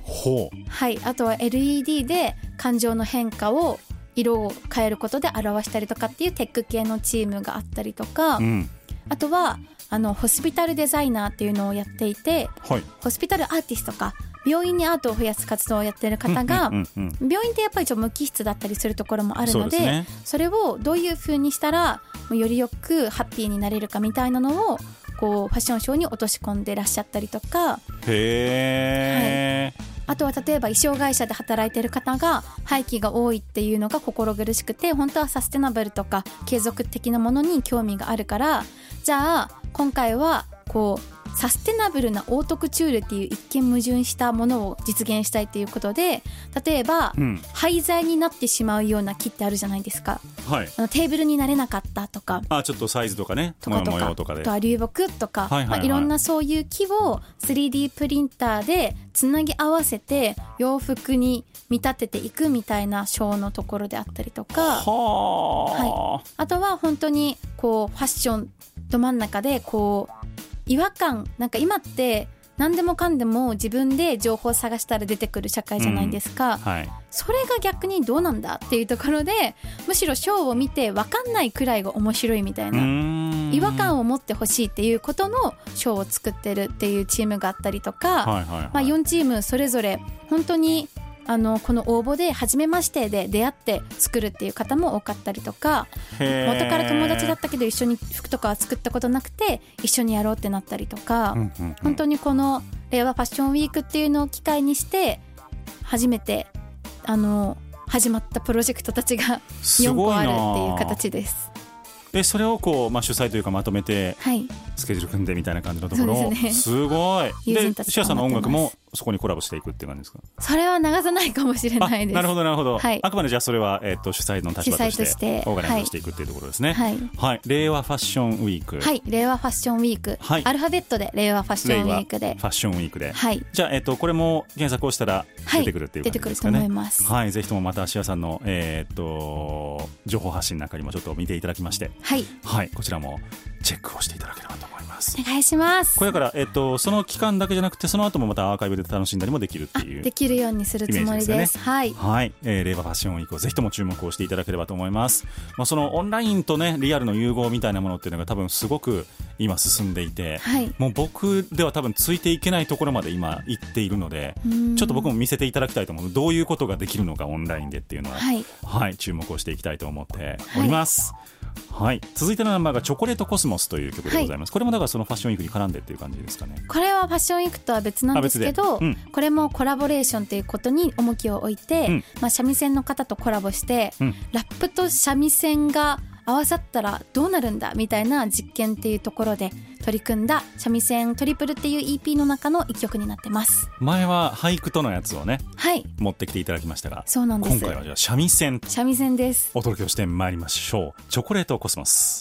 ほう。 はい、あとは エルイーディー で感情の変化を色を変えることで表したりとかっていうテック系のチームがあったりとか、 うん、 あとはあのホスピタルデザイナーっていうのをやっていて、 はい、 ホスピタルアーティストか病院にアートを増やす活動をやっている方が、うんうんうんうん、病院ってやっぱりちょっと無機質だったりするところもあるの で, そ, で、ね、それをどういう風にしたらよりよくハッピーになれるかみたいなのをこうファッションショーに落とし込んでらっしゃったりとか。 へー、 はい、あとは例えば衣装会社で働いている方が廃棄が多いっていうのが心苦しくて、本当はサステナブルとか継続的なものに興味があるから、じゃあ今回はこうサステナブルなオートクチュールっていう一見矛盾したものを実現したいということで、例えば、うん、廃材になってしまうような木ってあるじゃないですか、はい、あのテーブルになれなかったとか、 あちょっとサイズとかねとかとか模様とかで、 あとは流木とか、はいはいはい、まあ、いろんなそういう木を スリーディー プリンターでつなぎ合わせて洋服に見立てていくみたいなショーのところであったりとか、は、はい、あとは本当にこうファッションど真ん中でこう違和感、なんか今って何でもかんでも自分で情報を探したら出てくる社会じゃないですか、うん、はい、それが逆にどうなんだっていうところで、むしろショーを見て分かんないくらいが面白いみたいな、違和感を持ってほしいっていうことのショーを作ってるっていうチームがあったりとか、はいはいはい、まあ、よんチームそれぞれ本当にあのこの応募で初めましてで出会って作るっていう方も多かったりとか、元から友達だったけど一緒に服とかは作ったことなくて一緒にやろうってなったりとか、うんうんうん、本当にこの令和ファッションウィークっていうのを機会にして初めてあの始まったプロジェクトたちがよんこあるっていう形です。 でそれをこう、まあ、主催というかまとめて、はい、スケジュール組んでみたいな感じのところを、ね、すごい。でシアさんの音楽もそこにコラボしていくっていう感じですか？ それは流さないかもしれないです。 なるほどなるほど、はい、あくまでじゃあそれは、えー、と主催の立場としてしてオーガナイズしていくっていうところですね、はいはい、令和ファッションウィーク、 はい、令和ファッションウィーク、はい、アルファベットで令和ファッションウィークでファッションウィークで、はい、じゃあ、えー、とこれも検索をしたら出てくるっていう感じですかね、はい、出てくると思います、はい、ぜひともまたシアさんの、えー、と情報発信なんかにもちょっと見ていただきまして、はいはい、こちらもチェックをしていただければと思います。 お願いします。 これだから、えっと、その期間だけじゃなくてその後もまたアーカイブで楽しんだりもできるっていうできるようにするつもりです。はい、 はい、えー、令和ファッションウィークをぜひとも注目をしていただければと思います。まあ、そのオンラインとねリアルの融合みたいなものっていうのが多分すごく今進んでいて、はい、もう僕では多分ついていけないところまで今行っているので、ちょっと僕も見せていただきたいと思う。どういうことができるのかオンラインでっていうのを、はいはい、注目をしていきたいと思っております、はいはい、続いてのナンバーがチョコレートコスモスという曲でございます、はい、これもだからそのファッションウィークに絡んでっていう感じですかね。 これはファッションウィークとは別なんですけど、うん、これもコラボレーションということに重きを置いて、うん、まあ、三味線の方とコラボして、うん、ラップと三味線が合わさったらどうなるんだみたいな実験っていうところで取り組んだ三味線トリプルっていう イーピー の中の一曲になってます。 前は俳句とのやつをね、はい、持ってきていただきましたが、 そうなんです。 今回はじゃあ三味線三味線ですお届けをしてまいりましょう。チョコレートコスモス。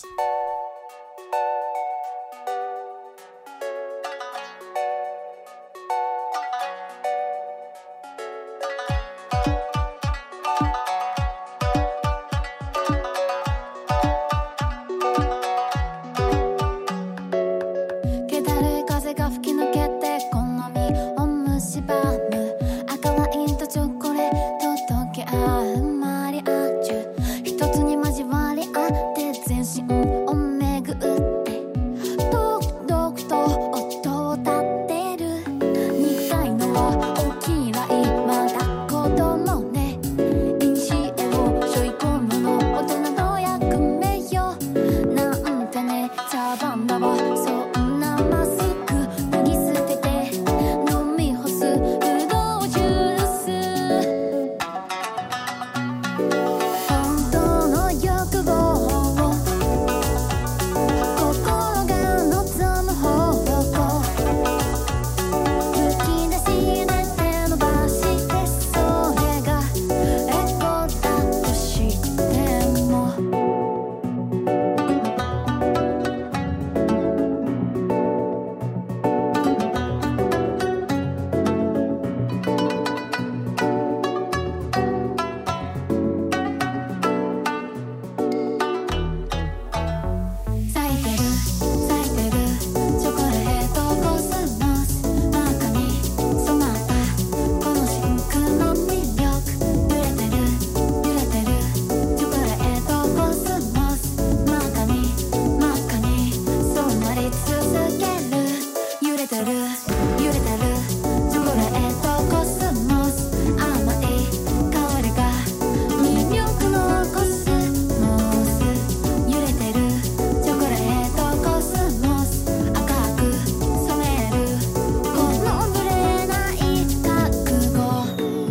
一つに交わり合って全身続ける揺れてる揺れてるチョコレートコスモス甘い香りが魅力のコスモス揺れてるチョコレートコスモス赤く染めるこのぶれない覚悟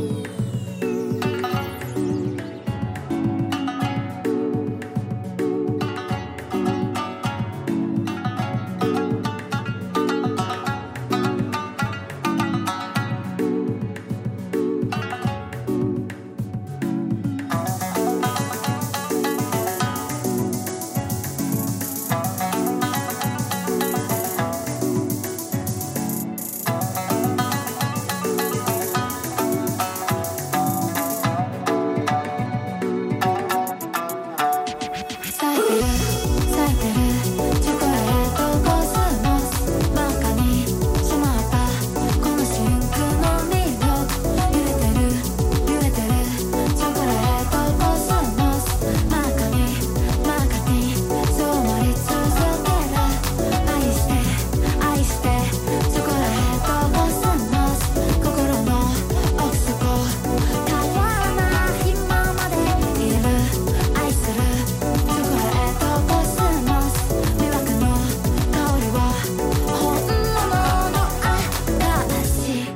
咲いてる咲いてるチョコレートコスモス真っ赤に染まったこの真空の魅力揺れてる揺れてるチョコレートコスモス真っ赤に真っ赤に染まり続ける愛して愛してチョコレートコスモス心の奥底変わらないままでいる愛するチョコレートコスモス魅惑の香りは本物の証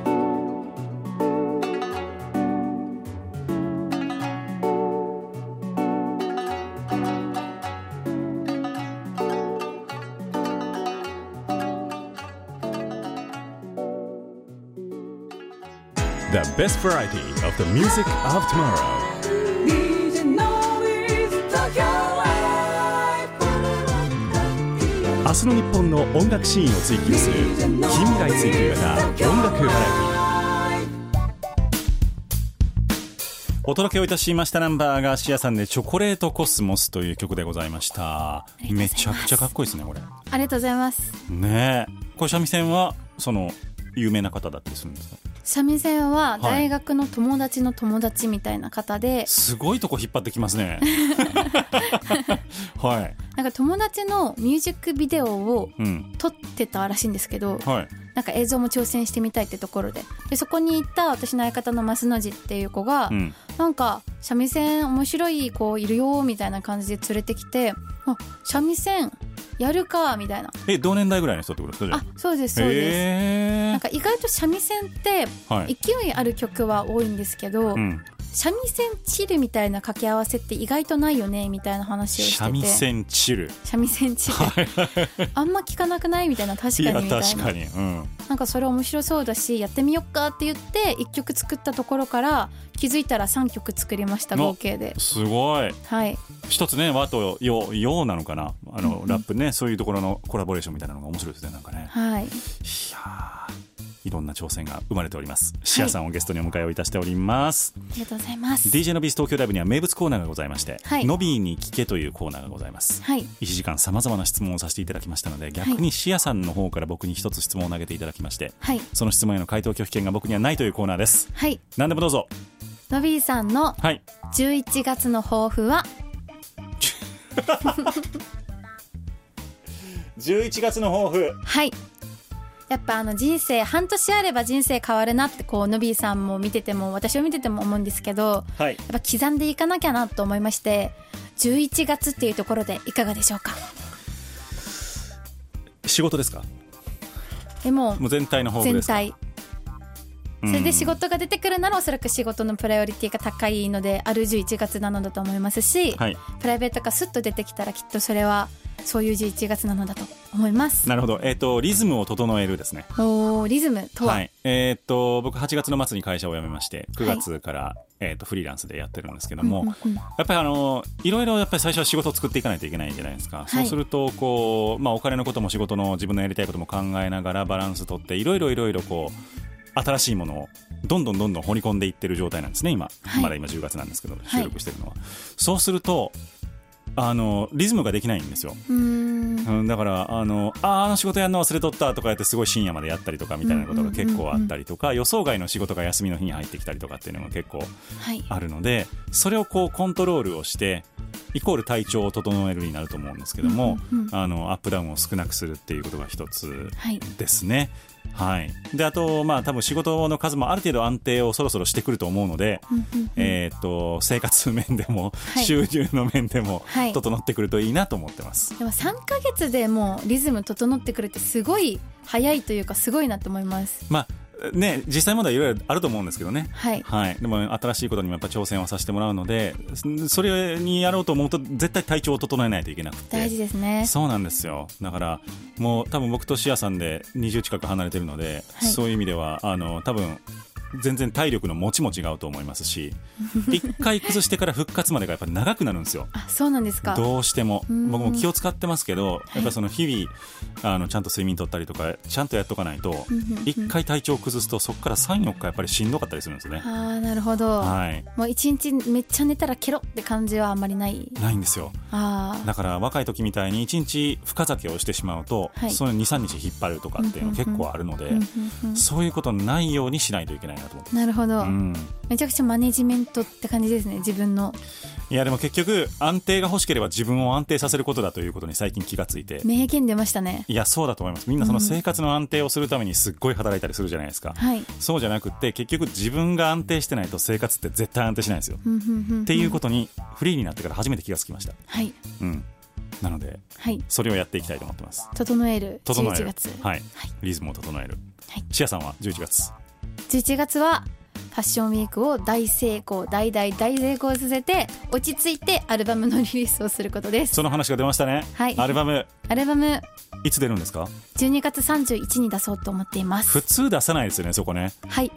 The best variety of the music of tomorrow. ディージェー Noise Tokyo Live 明日の日本の音楽シーンを追求する近未来追求型音楽バラエティ。 お届けをいたしましたナンバーがシアさんでチョコレートコスモスという曲でございました。めちゃくちゃかっこいいですねこれ。 ありがとうございます。 ねえ、これ三味線はその有名な方だったりするんですか？ 三味線は大学の友達の友達みたいな方で、 すごいとこ引っ張ってきますねはい、 なんか友達のミュージックビデオをうん撮ってたらしいんですけど、 はい、 なんか映像も挑戦してみたいってところで、でそこに行った私の相方の増の字っていう子が、 うん、 なんか三味線面白い子いるよみたいな感じで連れてきて、あ三味線やるかみたいな。 え同年代ぐらいの人ってことですか？ あそうですそうです。 へなんか意外と三味線ってはい勢いある曲は多いんですけど、 うん、 三味線チルみたいな掛け合わせって意外とないよねみたいな話をしてて、 三味線チル三味線チルあんま聞かなくないみたいな、確かにみたいな。 いや確かに、うん、 なんかそれ面白そうだしやってみよっかって言っていっきょく作ったところから気づいたらさんきょく作りました合計で。 すごい。 はい一つね和と洋洋なのかな、あの、 うんうん、 ラップね、そういうところのコラボレーションみたいなのが面白いですねなんかね。 はい、 いやいろんな挑戦が生まれております。シアさんをゲストにお迎えをいたしております、 ありがとうございます。 ディージェー のビーズ東京ライブには名物コーナーがございまして、 はい、 ノビーに聞けというコーナーがございます、 はい、 いちじかんさまざまな質問をさせていただきましたので、逆にシアさんの方から僕に一つ質問を投げていただきまして、はい、その質問への回答拒否権が僕にはないというコーナーです。 はい、 何でもどうぞ。 ノビーさんのじゅういちがつの抱負は、はいじゅういちがつの抱負、 はい、やっぱあの人生半年あれば人生変わるなってこうノビーさんも見てても私を見てても思うんですけど、はい、やっぱ刻んでいかなきゃなと思いまして、じゅういちがつっていうところでいかがでしょうか？ 仕事ですか？ でももう全体の抱負ですか？全体それで仕事が出てくるならおそらく仕事のプライオリティが高いのであるじゅういちがつなのだと思いますし、はい、プライベートがスッと出てきたらきっとそれはそういうじゅういちがつなのだと思います。 なるほど、えーと、リズムを整えるですね。 おリズムとは、 はい、えーと、僕はちがつの末に会社を辞めましてくがつから、はい、えーと、フリーランスでやってるんですけども、うんうんうん、やっぱりあのいろいろやっぱり最初は仕事を作っていかないといけないじゃないですか、はい、そうするとこう、まあ、お金のことも仕事の自分のやりたいことも考えながらバランス取っていろいろいろいろこう新しいものをどんどんどんどん掘り込んでいってる状態なんですね今、はい、まだ今じゅうがつなんですけど収録してるのは、はい、そうするとあのリズムができないんですよ。うーんうん、だからあのああの仕事やるの忘れとったとかやってすごい深夜までやったりとかみたいなことが結構あったりとか、予想外の仕事が休みの日に入ってきたりとかっていうのが結構あるので、それをこうコントロールをしてイコール体調を整えるになると思うんですけども、 うんうんうん、 あのアップダウンを少なくするっていうことが一つですね。 はいはい、であと、まあ、多分仕事の数もある程度安定をそろそろしてくると思うので、 うんうんうん、 えー、と生活面でも、 はい、 収入の面でも、 はい、 整ってくるといいなと思ってます。 でもさんかげつでもうリズム整ってくるってすごい早いというかすごいなと思います。 まあね、実際問題いろいろあると思うんですけどね、 はいはい、でも新しいことにもやっぱ挑戦をさせてもらうので、それにやろうと思うと絶対体調を整えないといけなくて、 大事ですね。 そうなんですよ。だからもう多分僕とシアさんでにじゅう近く離れてるので、はい、そういう意味ではあの多分全然体力の持ちも違うと思いますし一回崩してから復活までがやっぱり長くなるんですよ。 あ、そうなんですか。 どうしても僕も気を使ってますけど、 はい、 やっぱりその日々あのちゃんと睡眠とったりとかちゃんとやっとかないと一回体調を崩すとそこからさん、よっかやっぱりしんどかったりするんですね。 あー、なるほど、はい、もう一日めっちゃ寝たらケロって感じはあんまりないないんですよ。あ、だから若い時みたいに一日深酒をしてしまうと、はい、そのに、さんにち引っ張るとかっていうの結構あるので、そういうことないようにしないといけないなと思って。 なるほど、 うん、 めちゃくちゃマネジメントって感じですね、自分の。 いやでも結局安定が欲しければ自分を安定させることだということに最近気がついて。 名言出ましたね。 いやそうだと思います。みんなその生活の安定をするためにすっごい働いたりするじゃないですか、はい、そうじゃなくって結局自分が安定してないと生活って絶対安定しないんですよっていうことにフリーになってから初めて気がつきました。はい、うん、なので、はい、それをやっていきたいと思ってます。 整える整えるじゅういちがつ、 はいはい、リズムを整える、はい、シアさんはじゅういちがつじゅういちがつはファッションウィークを大成功大大大成功させて落ち着いてアルバムのリリースをすることです。 その話が出ましたね、はい、アルバムアルバムいつ出るんですか？ じゅうにがつさんじゅういちにちに出そうと思っています。 普通出さないですよねそこね。はい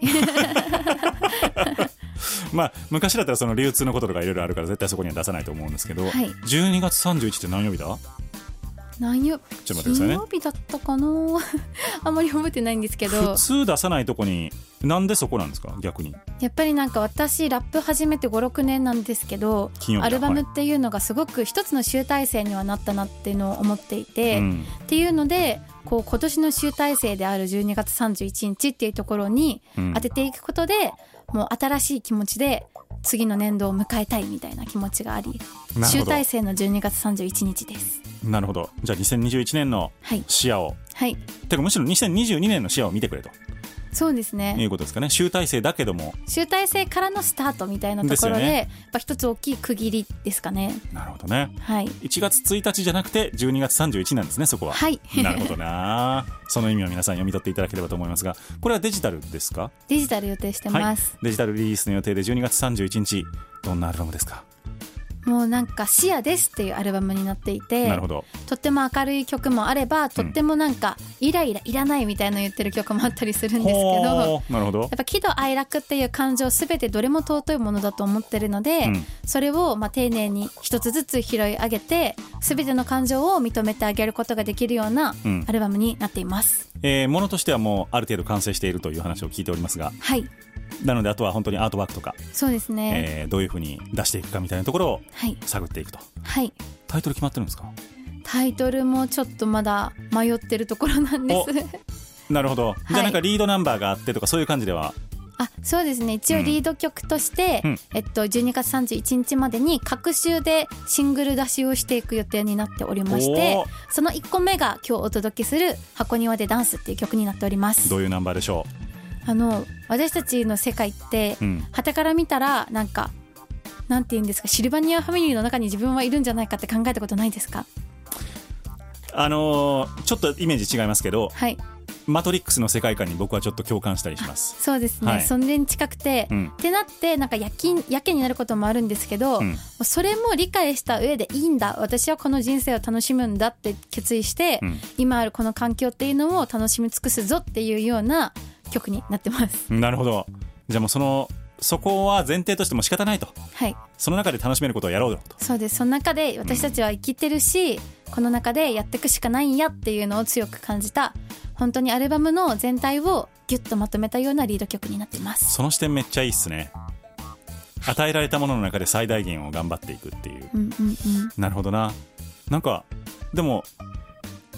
まあ昔だったらその流通のこととかいろいろあるから絶対そこには出さないと思うんですけど、はい、じゅうにがつさんじゅういちって何曜日だ？ 何曜ちょっと待ってくださいね。 金曜日だったかなあんまり覚えてないんですけど、 普通出さないとこになんでそこなんですか？逆にやっぱりなんか私ラップ始めてご、ろくねんなんですけど、アルバムっていうのがすごく一つの集大成にはなったなっていうのを思っていて、うん、っていうのでこう今年の集大成であるじゅうにがつさんじゅういちにちっていうところに当てていくことで、うん、もう新しい気持ちで次の年度を迎えたいみたいな気持ちがあり、集大成のじゅうにがつさんじゅういちにちです。 なるほど。じゃあにせんにじゅういちねんの視野を、はいはい、てかむしろにせんにじゅうにねんの視野を見てくれと。 そうですね、 いうことですかね。集大成だけども集大成からのスタートみたいなところ で, で、ね、やっぱ一つ大きい区切りですかね。 なるほどね、 はい、 いちがつついたちじゃなくてじゅうにがつさんじゅういちなんですねそこは。はいなるほどなその意味を皆さん読み取っていただければと思いますが、これはデジタルですか？ デジタル予定してます、 はい、デジタルリリースの予定でじゅうにがつさんじゅういちにち、どんなアルバムですか？ もうなんか視野ですっていうアルバムになっていて、 なるほど、 とっても明るい曲もあればとってもなんかイライラいらないみたいなの言ってる曲もあったりするんですけど、 なるほど、 やっぱ喜怒哀楽っていう感情すべてどれも尊いものだと思ってるので、うん、それをまあ丁寧に一つずつ拾い上げてすべての感情を認めてあげることができるようなアルバムになっています、 うん、えー、ものとしてはもうある程度完成しているという話を聞いておりますが、 はい、 なのであとは本当にアートワークとか、 そうですね、 えー、どういうふうに出していくかみたいなところを探っていくと、 はい、 タイトル決まってるんですか？ タイトルもちょっとまだ迷ってるところなんですなるほど、はい、じゃあなんかリードナンバーがあってとかそういう感じでは？ あ、そうですね、一応リード曲として、うん、えっと、じゅうにがつさんじゅういちにちまでに各週でシングル出しをしていく予定になっておりまして、そのいっこめが今日お届けする箱庭でダンスっていう曲になっております。 どういうナンバーでしょう？あの私たちの世界って傍から見たらなんかなんて言うんですか、シルバニアファミリーの中に自分はいるんじゃないかって考えたことないですか？ あのー、ちょっとイメージ違いますけど、 はい、 マトリックスの世界観に僕はちょっと共感したりします。 そうですね、はい、それに近くて、うん、ってなってなんかやきやけになることもあるんですけど、うん、それも理解した上でいいんだ、私はこの人生を楽しむんだって決意して、うん、今あるこの環境っていうのを楽しみ尽くすぞっていうような曲になってます。 なるほど。じゃあもうそのそこは前提としても仕方ないと、 はい、 その中で楽しめることをやろうよと。 そうです、その中で私たちは生きてるし、うん、この中でやっていくしかないんやっていうのを強く感じた、本当にアルバムの全体をギュッとまとめたようなリード曲になっています。 その視点めっちゃいいっすね。与えられたものの中で最大限を頑張っていくっていう、うんうんうん、なるほどな。なんかでも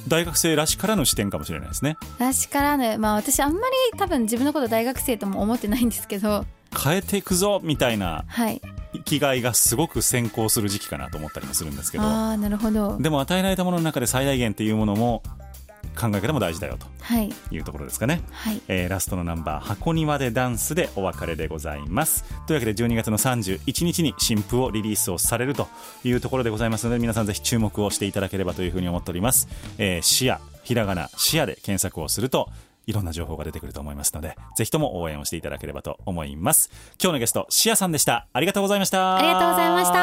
大学生らしからぬ視点かもしれないですね。 らしからぬ、まあ私あんまり多分自分のこと大学生とも思ってないんですけど、 変えていくぞみたいなはい生きがいがすごく先行する時期かなと思ったりもするんですけど、 ああなるほど。 でも与えられたものの中で最大限っていうものも考え方も大事だよとはいいうところですかね。 はい、 えー、ラストのナンバー箱庭でダンスでお別れでございます。というわけでじゅうにがつのさんじゅういちにちに新譜をリリースをされるというところでございますので、皆さんぜひ注目をしていただければというふうに思っております。えー、視野ひらがな視野で検索をするといろんな情報が出てくると思いますので、ぜひとも応援をしていただければと思います。今日のゲストシアさんでした。ありがとうございました。 ありがとうございました。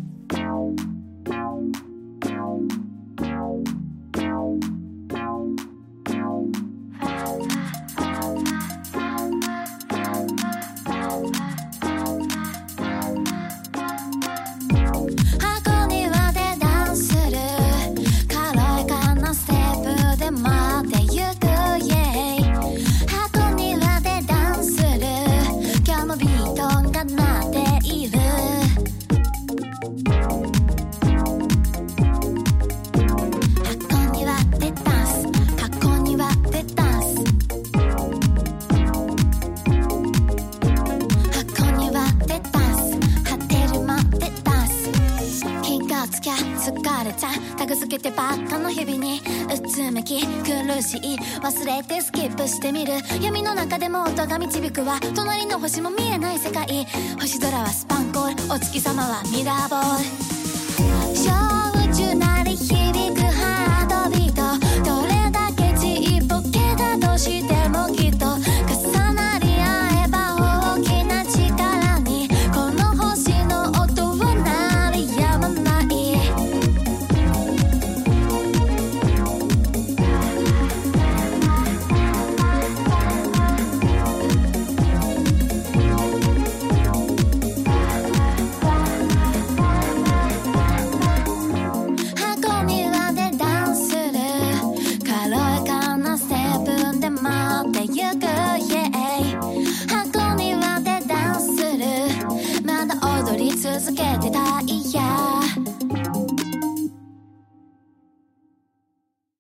タグ付けてばっかの日々にうつむき苦しい忘れてスキップしてみる闇の中でも音が導くわ隣の星も見えない世界星空はスパンコールお月様はミラーボール